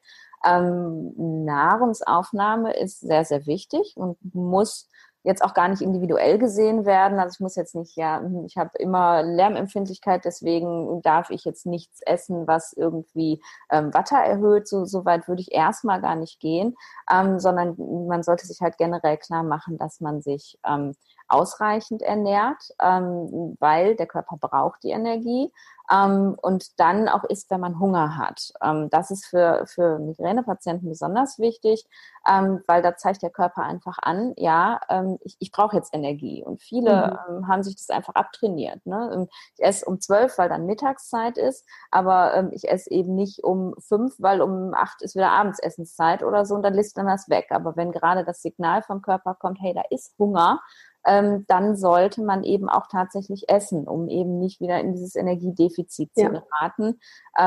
S3: Nahrungsaufnahme ist sehr, sehr wichtig und muss jetzt auch gar nicht individuell gesehen werden. Also ich muss jetzt nicht, ich habe immer Lärmempfindlichkeit, deswegen darf ich jetzt nichts essen, was irgendwie Watter erhöht. So weit würde ich erstmal gar nicht gehen, sondern man sollte sich halt generell klar machen, dass man sich ausreichend ernährt, weil der Körper braucht die Energie. Und dann auch isst, wenn man Hunger hat. Das ist für Migränepatienten besonders wichtig, weil da zeigt der Körper einfach an, ich brauche jetzt Energie. Und viele haben sich das einfach abtrainiert. Ne? Ich esse um 12, weil dann Mittagszeit ist, aber ich esse eben nicht um 5, weil um 8 ist wieder Abendsessenszeit oder so und dann lässt man das weg. Aber wenn gerade das Signal vom Körper kommt, hey, da ist Hunger, dann sollte man eben auch tatsächlich essen, um eben nicht wieder in dieses Energiedefizit zu geraten.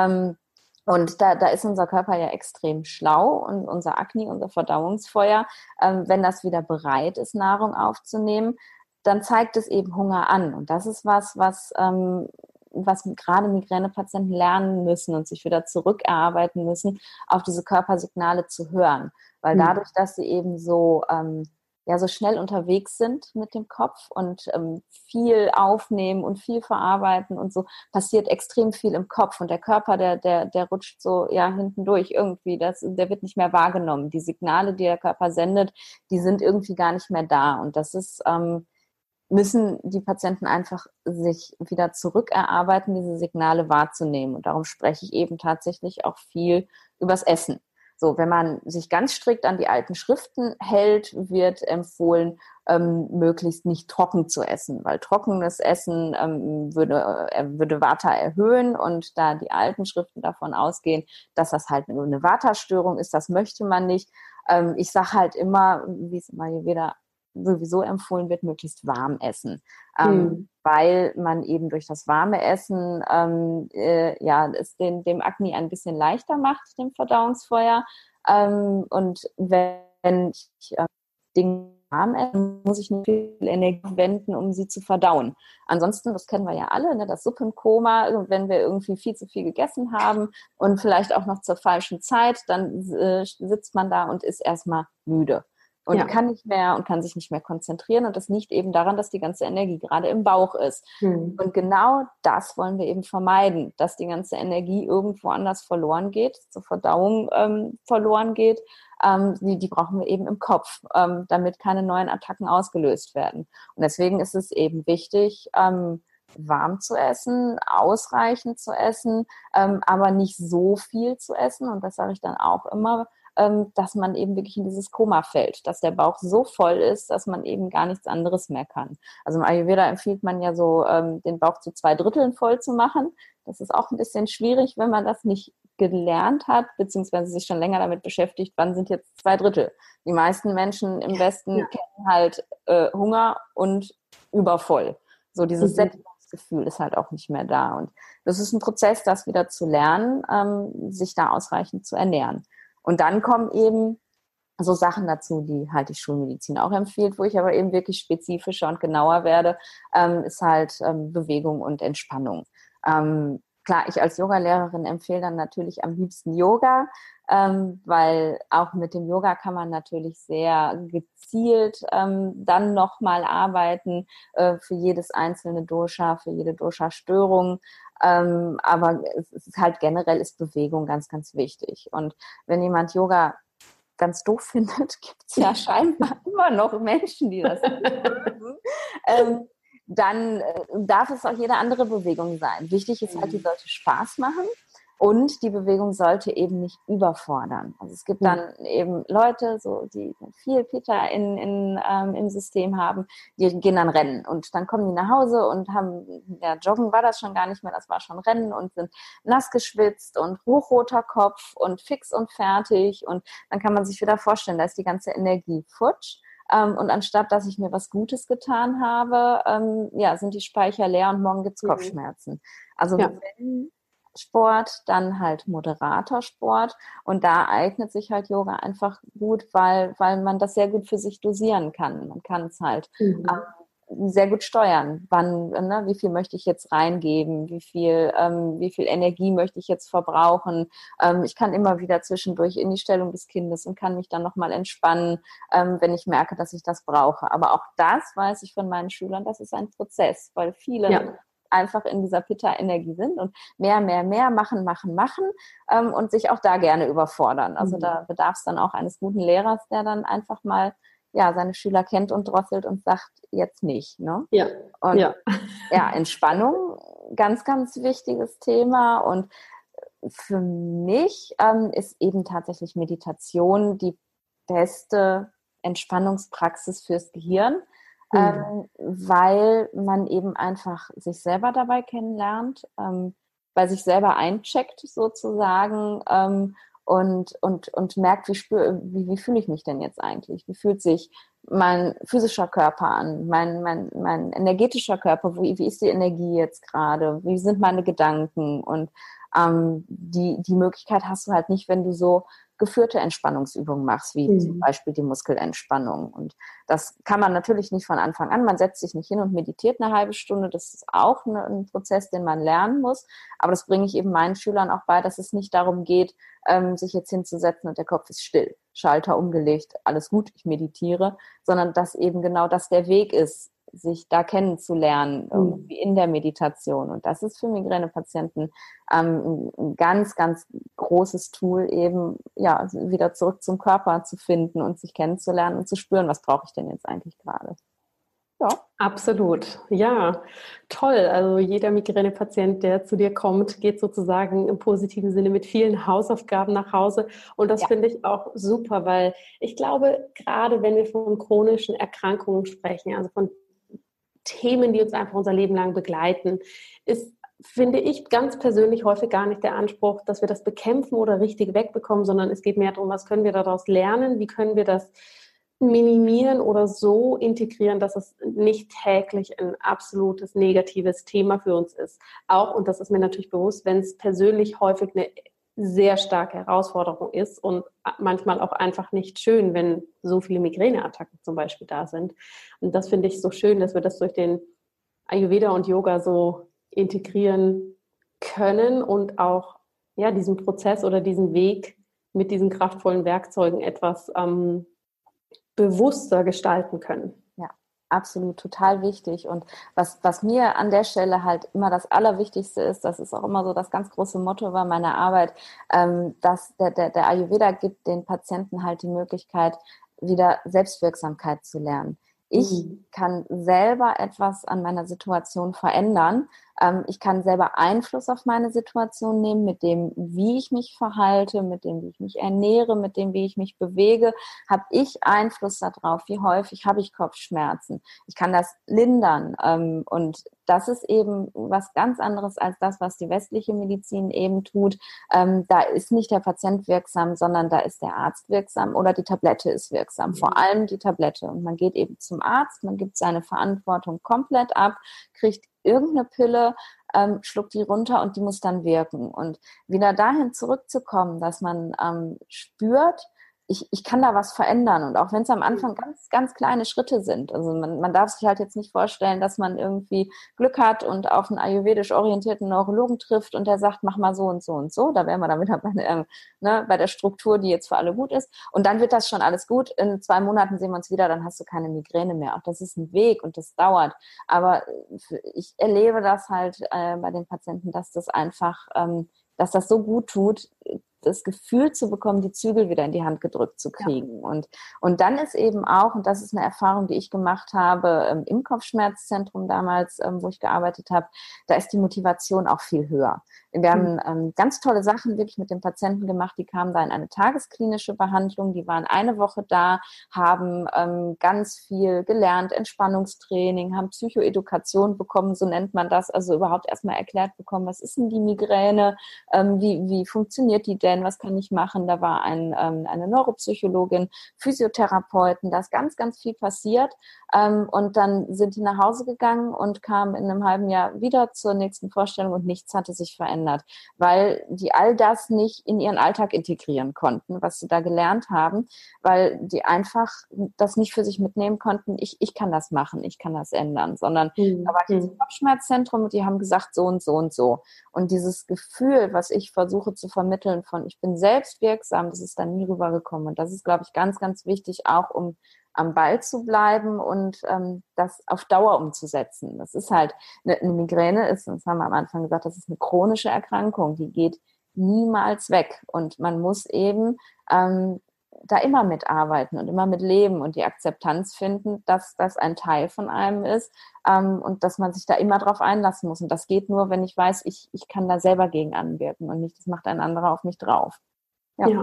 S3: Und da ist unser Körper ja extrem schlau und unser Agni, unser Verdauungsfeuer, wenn das wieder bereit ist, Nahrung aufzunehmen, dann zeigt es eben Hunger an. Und das ist was gerade Migränepatienten lernen müssen und sich wieder zurückerarbeiten müssen, auf diese Körpersignale zu hören. Weil dadurch, dass sie eben so schnell unterwegs sind mit dem Kopf und viel aufnehmen und viel verarbeiten und so, passiert extrem viel im Kopf und der Körper, der rutscht so hinten durch irgendwie, der wird nicht mehr wahrgenommen. Die Signale, die der Körper sendet, die sind irgendwie gar nicht mehr da und das ist müssen die Patienten einfach sich wieder zurückerarbeiten, diese Signale wahrzunehmen und darum spreche ich eben tatsächlich auch viel übers Essen. So, wenn man sich ganz strikt an die alten Schriften hält, wird empfohlen, möglichst nicht trocken zu essen, weil trockenes Essen würde Vata erhöhen und da die alten Schriften davon ausgehen, dass das halt nur eine Vata-Störung ist, das möchte man nicht. Ich sage halt immer, wie es immer hier wieder sowieso empfohlen wird, möglichst warm essen, weil man eben durch das warme Essen es dem Agni ein bisschen leichter macht, dem Verdauungsfeuer. Und wenn ich Dinge warm esse, muss ich nicht viel Energie wenden, um sie zu verdauen. Ansonsten, das kennen wir ja alle, ne, das Suppenkoma, wenn wir irgendwie viel zu viel gegessen haben und vielleicht auch noch zur falschen Zeit, dann sitzt man da und ist erstmal müde. Und kann nicht mehr und kann sich nicht mehr konzentrieren. Und das liegt eben daran, dass die ganze Energie gerade im Bauch ist. Und genau das wollen wir eben vermeiden, dass die ganze Energie irgendwo anders verloren geht, zur Verdauung verloren geht. Die brauchen wir eben im Kopf, damit keine neuen Attacken ausgelöst werden. Und deswegen ist es eben wichtig, warm zu essen, ausreichend zu essen, aber nicht so viel zu essen. Und das sage ich dann auch immer, dass man eben wirklich in dieses Koma fällt, dass der Bauch so voll ist, dass man eben gar nichts anderes mehr kann. Also im Ayurveda empfiehlt man ja so, den Bauch zu 2/3 voll zu machen. Das ist auch ein bisschen schwierig, wenn man das nicht gelernt hat, beziehungsweise sich schon länger damit beschäftigt, wann sind jetzt 2/3. Die meisten Menschen im Westen kennen halt Hunger und übervoll. So dieses Sättigungsgefühl ist halt auch nicht mehr da. Und das ist ein Prozess, das wieder zu lernen, sich da ausreichend zu ernähren. Und dann kommen eben so Sachen dazu, die halt die Schulmedizin auch empfiehlt, wo ich aber eben wirklich spezifischer und genauer werde, ist halt Bewegung und Entspannung. Klar, ich als Yogalehrerin empfehle dann natürlich am liebsten Yoga, weil auch mit dem Yoga kann man natürlich sehr gezielt dann nochmal arbeiten für jedes einzelne Dosha, für jede Dosha-Störung. Aber es ist halt generell ist Bewegung ganz, ganz wichtig. Und wenn jemand Yoga ganz doof findet, gibt es ja scheinbar immer noch Menschen, die das mögen. Dann darf es auch jede andere Bewegung sein. Wichtig ist halt, die sollte Spaß machen und die Bewegung sollte eben nicht überfordern. Also es gibt dann eben Leute, so die viel Pitta im System haben, die gehen dann rennen und dann kommen die nach Hause und haben, ja, Joggen war das schon gar nicht mehr, das war schon Rennen und sind nass geschwitzt und hochroter Kopf und fix und fertig und dann kann man sich wieder vorstellen, da ist die ganze Energie futsch. Und anstatt, dass ich mir was Gutes getan habe, sind die Speicher leer und morgen gibt's Kopfschmerzen. Also wenn Sport, dann halt moderater Sport. Und da eignet sich halt Yoga einfach gut, weil man das sehr gut für sich dosieren kann. Man kann es halt sehr gut steuern. Wann, wie viel möchte ich jetzt reingeben? Wie viel Energie möchte ich jetzt verbrauchen? Ich kann immer wieder zwischendurch in die Stellung des Kindes und kann mich dann nochmal entspannen, wenn ich merke, dass ich das brauche. Aber auch das weiß ich von meinen Schülern, das ist ein Prozess, weil viele einfach in dieser Pitta-Energie sind und mehr machen und sich auch da gerne überfordern. Also da bedarf es dann auch eines guten Lehrers, der dann einfach mal seine Schüler kennt und drosselt und sagt, jetzt nicht. Ne? Entspannung, ganz, ganz wichtiges Thema. Und für mich ist eben tatsächlich Meditation die beste Entspannungspraxis fürs Gehirn, weil man eben einfach sich selber dabei kennenlernt, bei sich selber eincheckt sozusagen, und merkt, wie fühle ich mich denn jetzt eigentlich? Wie fühlt sich mein physischer Körper an, mein energetischer Körper, wie ist die Energie jetzt gerade? Wie sind meine Gedanken? Und die Möglichkeit hast du halt nicht, wenn du so geführte Entspannungsübungen machst, wie zum Beispiel die Muskelentspannung. Und das kann man natürlich nicht von Anfang an. Man setzt sich nicht hin und meditiert eine halbe Stunde. Das ist auch ein Prozess, den man lernen muss. Aber das bringe ich eben meinen Schülern auch bei, dass es nicht darum geht, sich jetzt hinzusetzen und der Kopf ist still, Schalter umgelegt, alles gut, ich meditiere, sondern dass eben genau das der Weg ist, sich da kennenzulernen, irgendwie in der Meditation. Und das ist für Migränepatienten ein ganz, ganz großes Tool, eben wieder zurück zum Körper zu finden und sich kennenzulernen und zu spüren, was brauche ich denn jetzt eigentlich gerade. Ja.
S2: Absolut, ja, toll. Also jeder Migränepatient, der zu dir kommt, geht sozusagen im positiven Sinne mit vielen Hausaufgaben nach Hause. Und das finde ich auch super, weil ich glaube, gerade wenn wir von chronischen Erkrankungen sprechen, also von Themen, die uns einfach unser Leben lang begleiten, ist, finde ich, ganz persönlich häufig gar nicht der Anspruch, dass wir das bekämpfen oder richtig wegbekommen, sondern es geht mehr darum, was können wir daraus lernen, wie können wir das minimieren oder so integrieren, dass es nicht täglich ein absolutes negatives Thema für uns ist. Auch, und das ist mir natürlich bewusst, wenn es persönlich häufig eine sehr starke Herausforderung ist und manchmal auch einfach nicht schön, wenn so viele Migräneattacken zum Beispiel da sind. Und das finde ich so schön, dass wir das durch den Ayurveda und Yoga so integrieren können und auch diesen Prozess oder diesen Weg mit diesen kraftvollen Werkzeugen etwas bewusster gestalten können.
S3: Ja, absolut, total wichtig. Und was mir an der Stelle halt immer das Allerwichtigste ist, das ist auch immer so das ganz große Motto bei meiner Arbeit, dass der Ayurveda gibt den Patienten halt die Möglichkeit, wieder Selbstwirksamkeit zu lernen. Ich kann selber etwas an meiner Situation verändern, Ich kann selber Einfluss auf meine Situation nehmen, mit dem, wie ich mich verhalte, mit dem, wie ich mich ernähre, mit dem, wie ich mich bewege, habe ich Einfluss darauf, wie häufig habe ich Kopfschmerzen. Ich kann das lindern. Und das ist eben was ganz anderes als das, was die westliche Medizin eben tut. Da ist nicht der Patient wirksam, sondern da ist der Arzt wirksam oder die Tablette ist wirksam. Vor allem die Tablette. Und man geht eben zum Arzt, man gibt seine Verantwortung komplett ab, kriegt irgendeine Pille, schluckt die runter und die muss dann wirken. Und wieder dahin zurückzukommen, dass man spürt, ich kann da was verändern. Und auch wenn es am Anfang ganz, ganz kleine Schritte sind. Also man darf sich halt jetzt nicht vorstellen, dass man irgendwie Glück hat und auf einen ayurvedisch orientierten Neurologen trifft und der sagt, mach mal so und so und so. Da wären wir dann wieder bei der Struktur, die jetzt für alle gut ist. Und dann wird das schon alles gut. In 2 Monaten sehen wir uns wieder, dann hast du keine Migräne mehr. Auch das ist ein Weg und das dauert. Aber ich erlebe das halt bei den Patienten, dass das einfach, dass das so gut tut, das Gefühl zu bekommen, die Zügel wieder in die Hand gedrückt zu kriegen. Ja. Und dann ist eben auch, und das ist eine Erfahrung, die ich gemacht habe im Kopfschmerzzentrum damals, wo ich gearbeitet habe, da ist die Motivation auch viel höher. Wir haben ganz tolle Sachen wirklich mit den Patienten gemacht, die kamen da in eine tagesklinische Behandlung, die waren eine Woche da, haben ganz viel gelernt, Entspannungstraining, haben Psychoedukation bekommen, so nennt man das, also überhaupt erstmal erklärt bekommen, was ist denn die Migräne, wie funktioniert die denn, was kann ich machen? Da war eine Neuropsychologin, Physiotherapeuten, da ist ganz, ganz viel passiert. Und dann sind die nach Hause gegangen und kamen in einem halben Jahr wieder zur nächsten Vorstellung und nichts hatte sich verändert, weil die all das nicht in ihren Alltag integrieren konnten, was sie da gelernt haben, weil die einfach das nicht für sich mitnehmen konnten, ich kann das machen, ich kann das ändern, sondern da war dieses Kopfschmerzzentrum und die haben gesagt so und so und so. Und dieses Gefühl, was ich versuche zu vermitteln von ich bin selbst wirksam, das ist dann nie rübergekommen. Und das ist, glaube ich, ganz, ganz wichtig, auch um am Ball zu bleiben und das auf Dauer umzusetzen. Das ist halt, eine Migräne ist, das haben wir am Anfang gesagt, das ist eine chronische Erkrankung, die geht niemals weg. Und man muss eben da immer mitarbeiten und immer mit leben und die Akzeptanz finden, dass das ein Teil von einem ist und dass man sich da immer drauf einlassen muss. Und das geht nur, wenn ich weiß, ich kann da selber gegen anwirken und nicht, das macht ein anderer auf mich drauf.
S2: Ja.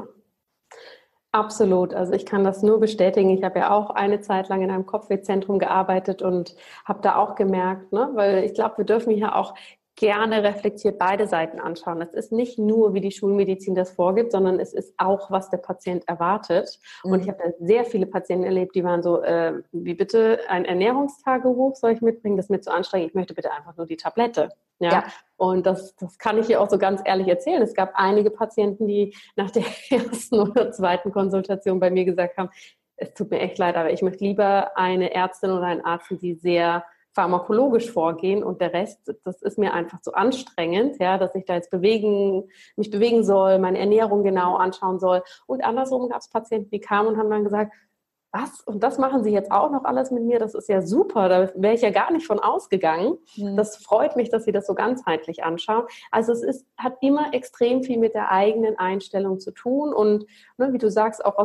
S2: Absolut. Also ich kann das nur bestätigen. Ich habe ja auch eine Zeit lang in einem Kopfwehzentrum gearbeitet und habe da auch gemerkt, weil ich glaube, wir dürfen hier auch gerne reflektiert beide Seiten anschauen. Es ist nicht nur, wie die Schulmedizin das vorgibt, sondern es ist auch, was der Patient erwartet. Und ich habe da sehr viele Patienten erlebt, die waren so, wie bitte ein Ernährungstagebuch soll ich mitbringen? Das ist mir zu anstrengend. Ich möchte bitte einfach nur die Tablette. Ja. Und das kann ich hier auch so ganz ehrlich erzählen. Es gab einige Patienten, die nach der ersten oder zweiten Konsultation bei mir gesagt haben, es tut mir echt leid, aber ich möchte lieber eine Ärztin oder einen Arzt, die sehr pharmakologisch vorgehen und der Rest, das ist mir einfach zu anstrengend, ja, dass ich da jetzt mich bewegen soll, meine Ernährung genau anschauen soll. Und andersrum gab es Patienten, die kamen und haben dann gesagt, was? Und das machen Sie jetzt auch noch alles mit mir? Das ist ja super, da wäre ich ja gar nicht von ausgegangen. Das freut mich, dass Sie das so ganzheitlich anschauen. Also hat immer extrem viel mit der eigenen Einstellung zu tun und wie du sagst, auch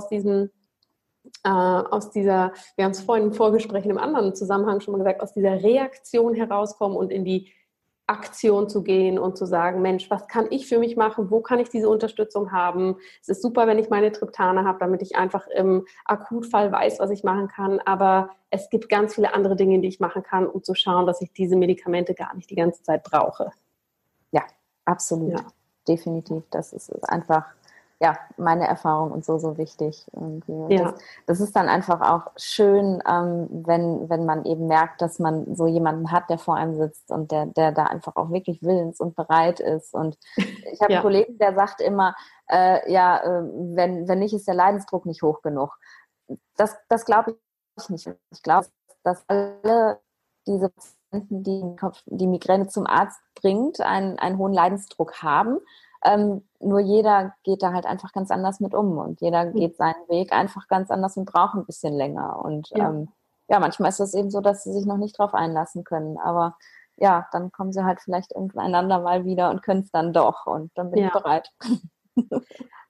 S2: wir haben es vorhin im Vorgespräch in einem anderen Zusammenhang schon mal gesagt, aus dieser Reaktion herauskommen und in die Aktion zu gehen und zu sagen, Mensch, was kann ich für mich machen? Wo kann ich diese Unterstützung haben? Es ist super, wenn ich meine Triptane habe, damit ich einfach im Akutfall weiß, was ich machen kann. Aber es gibt ganz viele andere Dinge, die ich machen kann, um zu schauen, dass ich diese Medikamente gar nicht die ganze Zeit brauche.
S3: Ja, absolut. Ja. Definitiv. Das ist einfach meine Erfahrung und so wichtig. Irgendwie. Und das ist dann einfach auch schön, wenn man eben merkt, dass man so jemanden hat, der vor einem sitzt und der da einfach auch wirklich willens und bereit ist. Und ich habe einen Kollegen, der sagt immer, wenn nicht, ist der Leidensdruck nicht hoch genug. Das glaube ich nicht. Ich glaube, dass alle diese Patienten, die Migräne zum Arzt bringt, einen hohen Leidensdruck haben. Nur jeder geht da halt einfach ganz anders mit um und jeder geht seinen Weg einfach ganz anders und braucht ein bisschen länger. Und manchmal ist es eben so, dass sie sich noch nicht drauf einlassen können. Aber dann kommen sie halt vielleicht irgendwann einander mal wieder und können es dann doch. Und dann bin ich bereit.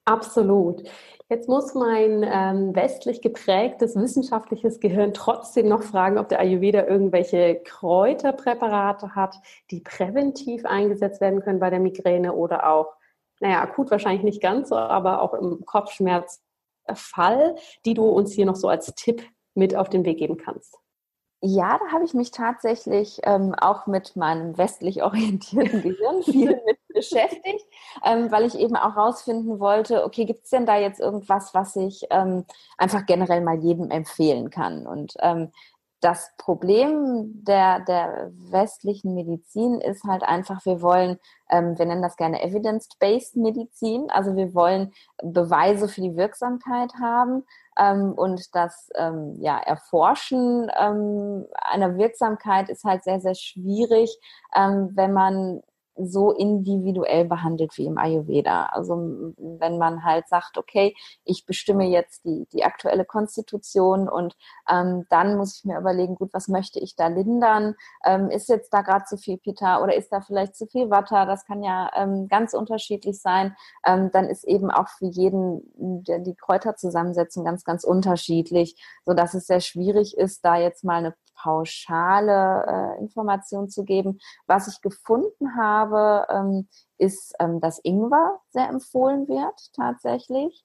S2: Absolut. Jetzt muss mein westlich geprägtes wissenschaftliches Gehirn trotzdem noch fragen, ob der Ayurveda irgendwelche Kräuterpräparate hat, die präventiv eingesetzt werden können bei der Migräne oder auch, naja, akut wahrscheinlich nicht ganz so, aber auch im Kopfschmerzfall, die du uns hier noch so als Tipp mit auf den Weg geben kannst.
S3: Ja, da habe ich mich tatsächlich auch mit meinem westlich orientierten Gehirn viel mit beschäftigt, weil ich eben auch rausfinden wollte, okay, gibt es denn da jetzt irgendwas, was ich einfach generell mal jedem empfehlen kann? Und das Problem der westlichen Medizin ist halt einfach, wir wollen, wir nennen das gerne Evidence-Based Medizin, also wir wollen Beweise für die Wirksamkeit haben. Und das Erforschen einer Wirksamkeit ist halt sehr, sehr schwierig, wenn man so individuell behandelt wie im Ayurveda. Also wenn man halt sagt, okay, ich bestimme jetzt die aktuelle Konstitution und dann muss ich mir überlegen, gut, was möchte ich da lindern? Ist jetzt da gerade zu viel Pitta oder ist da vielleicht zu viel Vata? Das kann ja ganz unterschiedlich sein. Dann ist eben auch für jeden die Kräuterzusammensetzung ganz, ganz unterschiedlich, sodass es sehr schwierig ist, da jetzt mal eine pauschale Information zu geben. Was ich gefunden habe, ist, dass Ingwer sehr empfohlen wird tatsächlich,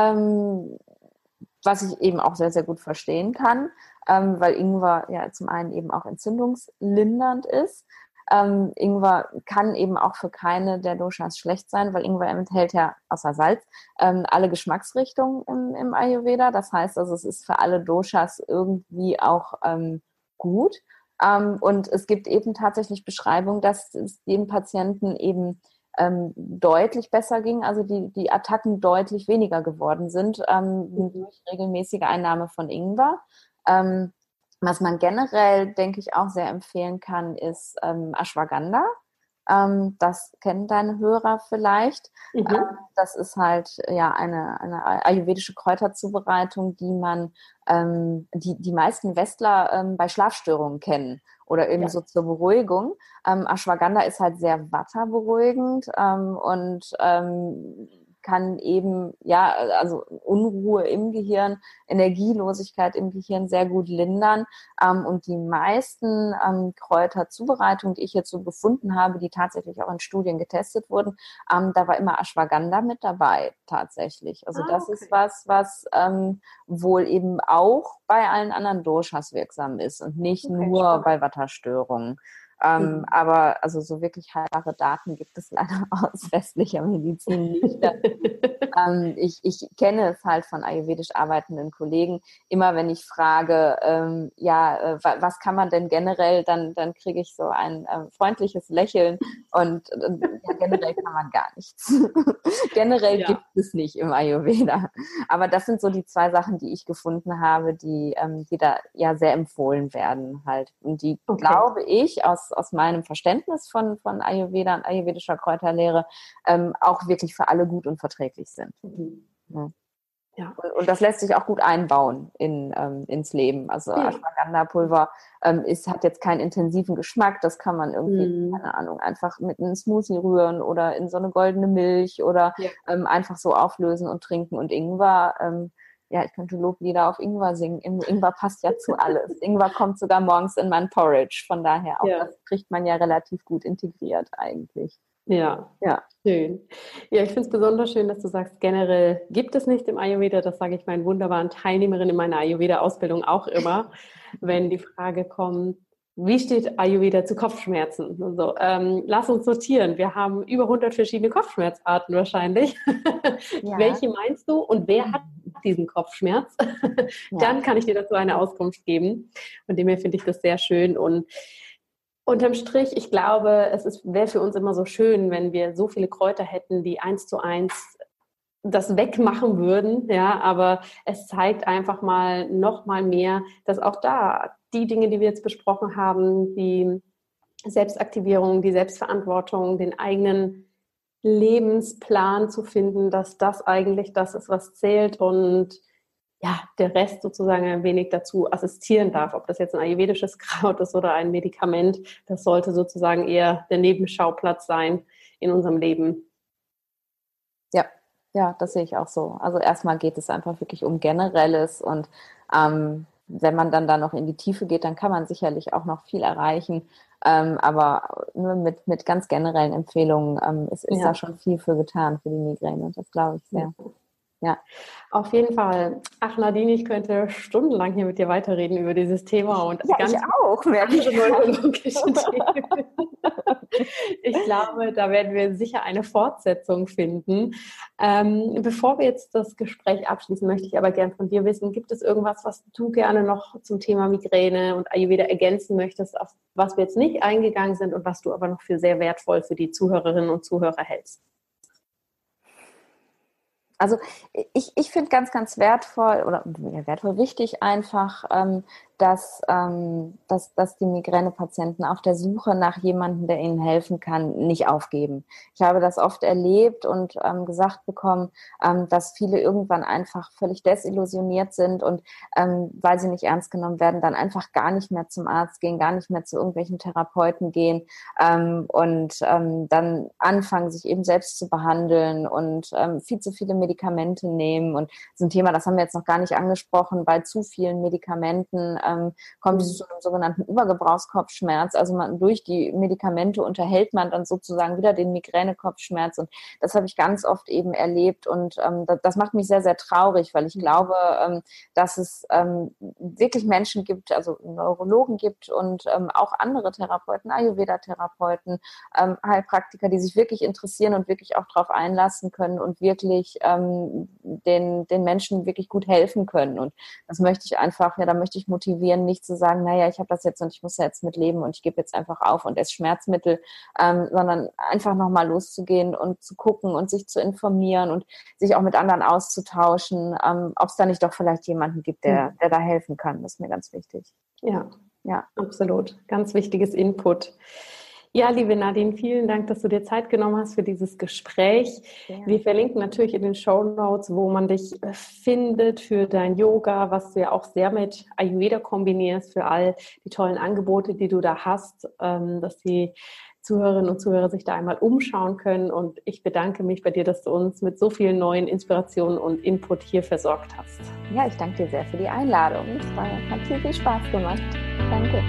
S3: was ich eben auch sehr, sehr gut verstehen kann, weil Ingwer ja zum einen eben auch entzündungslindernd ist. Ingwer kann eben auch für keine der Doshas schlecht sein, weil Ingwer enthält ja außer Salz alle Geschmacksrichtungen im Ayurveda. Das heißt also, es ist für alle Doshas irgendwie auch gut. Und es gibt eben tatsächlich Beschreibungen, dass es dem Patienten eben deutlich besser ging, also die Attacken deutlich weniger geworden sind durch regelmäßige Einnahme von Ingwer. Was man generell, denke ich, auch sehr empfehlen kann, ist Ashwagandha. Das kennen deine Hörer vielleicht. Das ist halt ja eine ayurvedische Kräuterzubereitung, die man die meisten Westler bei Schlafstörungen kennen oder eben so zur Beruhigung. Ashwagandha ist halt sehr vata-beruhigend und kann eben, ja, also Unruhe im Gehirn, Energielosigkeit im Gehirn sehr gut lindern. Und die meisten Kräuterzubereitungen, die ich jetzt so gefunden habe, die tatsächlich auch in Studien getestet wurden, da war immer Ashwagandha mit dabei, tatsächlich. Also das ist was wohl eben auch bei allen anderen Doshas wirksam ist und nicht nur bei Vata-Störungen. Aber also so wirklich haltbare Daten gibt es leider aus westlicher Medizin nicht. Ich kenne es halt von ayurvedisch arbeitenden Kollegen. Immer wenn ich frage, was kann man denn generell, dann kriege ich so ein freundliches Lächeln und generell kann man gar nichts. Generell gibt es nicht im Ayurveda. Aber das sind so die zwei Sachen, die ich gefunden habe, die da ja sehr empfohlen werden halt. Und die, glaube ich, aus meinem Verständnis von Ayurveda und ayurvedischer Kräuterlehre auch wirklich für alle gut und verträglich sind. Ja. Und das lässt sich auch gut einbauen ins Leben. Also Ashwagandha-Pulver hat jetzt keinen intensiven Geschmack. Das kann man irgendwie, keine Ahnung, einfach mit einem Smoothie rühren oder in so eine goldene Milch oder einfach so auflösen und trinken. Und Ingwer, ich könnte Loblieder auf Ingwer singen. Ingwer passt ja zu alles. Ingwer kommt sogar morgens in mein Porridge. Von daher auch das kriegt man ja relativ gut integriert eigentlich.
S2: Ja, schön. Ja, ich finde es besonders schön, dass du sagst, generell gibt es nicht im Ayurveda. Das sage ich meinen wunderbaren Teilnehmerinnen in meiner Ayurveda-Ausbildung auch immer, wenn die Frage kommt, wie steht Ayurveda zu Kopfschmerzen? Und so, lass uns sortieren. Wir haben über 100 verschiedene Kopfschmerzarten wahrscheinlich. Welche meinst du und wer hat diesen Kopfschmerz? Dann kann ich dir dazu eine Auskunft geben. Von dem her finde ich das sehr schön. Und unterm Strich, ich glaube, wäre für uns immer so schön, wenn wir so viele Kräuter hätten, die 1:1 das wegmachen würden, aber es zeigt einfach noch mal mehr, dass auch da die Dinge, die wir jetzt besprochen haben, die Selbstaktivierung, die Selbstverantwortung, den eigenen Lebensplan zu finden, dass das eigentlich das ist, was zählt und der Rest sozusagen ein wenig dazu assistieren darf. Ob das jetzt ein ayurvedisches Kraut ist oder ein Medikament, das sollte sozusagen eher der Nebenschauplatz sein in unserem Leben.
S3: Ja, Ja, das sehe ich auch so. Also erstmal geht es einfach wirklich um Generelles und wenn man dann da noch in die Tiefe geht, dann kann man sicherlich auch noch viel erreichen. Aber nur mit ganz generellen Empfehlungen ist da schon viel für getan für die Migräne. Das glaube ich sehr. Ja.
S2: Auf jeden Fall. Ach Nadine, ich könnte stundenlang hier mit dir weiterreden über dieses Thema und
S3: ganz ich auch,
S2: andere neurologische Themen. Ich glaube, da werden wir sicher eine Fortsetzung finden. Bevor wir jetzt das Gespräch abschließen, möchte ich aber gerne von dir wissen, gibt es irgendwas, was du gerne noch zum Thema Migräne und Ayurveda ergänzen möchtest, auf was wir jetzt nicht eingegangen sind und was du aber noch für sehr wertvoll für die Zuhörerinnen und Zuhörer hältst?
S3: Also ich finde ganz, ganz wertvoll wichtig einfach, dass die Migränepatienten auf der Suche nach jemandem, der ihnen helfen kann, nicht aufgeben. Ich habe das oft erlebt und gesagt bekommen, dass viele irgendwann einfach völlig desillusioniert sind und weil sie nicht ernst genommen werden, dann einfach gar nicht mehr zum Arzt gehen, gar nicht mehr zu irgendwelchen Therapeuten gehen und dann anfangen, sich eben selbst zu behandeln und viel zu viele Medikamente nehmen. Und das ist ein Thema, das haben wir jetzt noch gar nicht angesprochen, bei zu vielen Medikamenten kommt es zu einem sogenannten Übergebrauchskopfschmerz. Also durch die Medikamente unterhält man dann sozusagen wieder den Migränekopfschmerz. Und das habe ich ganz oft eben erlebt. Und das macht mich sehr, sehr traurig, weil ich glaube, dass es wirklich Menschen gibt, also Neurologen gibt und auch andere Therapeuten, Ayurveda-Therapeuten, Heilpraktiker, die sich wirklich interessieren und wirklich auch darauf einlassen können und wirklich den Menschen wirklich gut helfen können. Und das möchte ich einfach, da möchte ich motivieren, nicht zu sagen, naja, ich habe das jetzt und ich muss jetzt mit leben und ich gebe jetzt einfach auf und esse Schmerzmittel, sondern einfach nochmal loszugehen und zu gucken und sich zu informieren und sich auch mit anderen auszutauschen, ob es da nicht doch vielleicht jemanden gibt, der da helfen kann. Das ist mir ganz wichtig.
S2: Ja, absolut. Ganz wichtiges Input. Ja, liebe Nadine, vielen Dank, dass du dir Zeit genommen hast für dieses Gespräch. Ja. Wir verlinken natürlich in den Shownotes, wo man dich findet für dein Yoga, was du ja auch sehr mit Ayurveda kombinierst, für all die tollen Angebote, die du da hast, dass die Zuhörerinnen und Zuhörer sich da einmal umschauen können. Und ich bedanke mich bei dir, dass du uns mit so vielen neuen Inspirationen und Input hier versorgt hast.
S3: Ja, ich danke dir sehr für die Einladung. Es hat viel Spaß gemacht. Danke.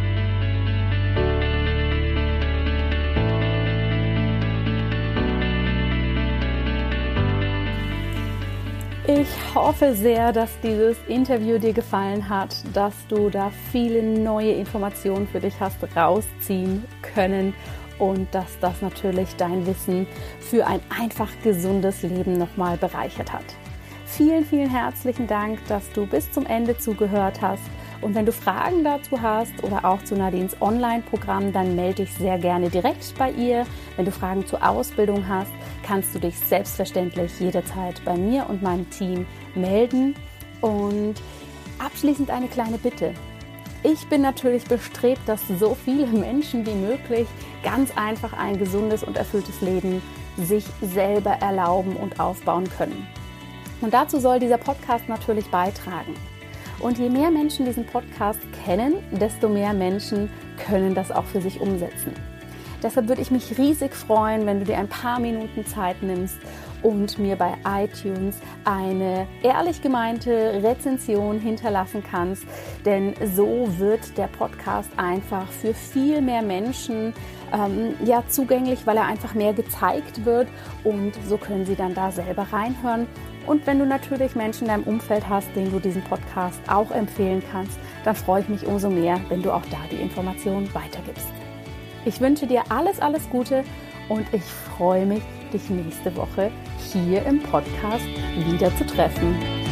S2: Ich hoffe sehr, dass dieses Interview dir gefallen hat, dass du da viele neue Informationen für dich hast rausziehen können und dass das natürlich dein Wissen für ein einfach gesundes Leben nochmal bereichert hat. Vielen, vielen herzlichen Dank, dass du bis zum Ende zugehört hast. Und wenn du Fragen dazu hast oder auch zu Nadines Online-Programm, dann melde dich sehr gerne direkt bei ihr. Wenn du Fragen zur Ausbildung hast, kannst du dich selbstverständlich jederzeit bei mir und meinem Team melden. Und abschließend eine kleine Bitte. Ich bin natürlich bestrebt, dass so viele Menschen wie möglich ganz einfach ein gesundes und erfülltes Leben sich selber erlauben und aufbauen können. Und dazu soll dieser Podcast natürlich beitragen. Und je mehr Menschen diesen Podcast kennen, desto mehr Menschen können das auch für sich umsetzen. Deshalb würde ich mich riesig freuen, wenn du dir ein paar Minuten Zeit nimmst und mir bei iTunes eine ehrlich gemeinte Rezension hinterlassen kannst. Denn so wird der Podcast einfach für viel mehr Menschen zugänglich, weil er einfach mehr gezeigt wird und so können sie dann da selber reinhören. Und wenn du natürlich Menschen in deinem Umfeld hast, denen du diesen Podcast auch empfehlen kannst, dann freue ich mich umso mehr, wenn du auch da die Informationen weitergibst. Ich wünsche dir alles, alles Gute und ich freue mich, dich nächste Woche hier im Podcast wieder zu treffen.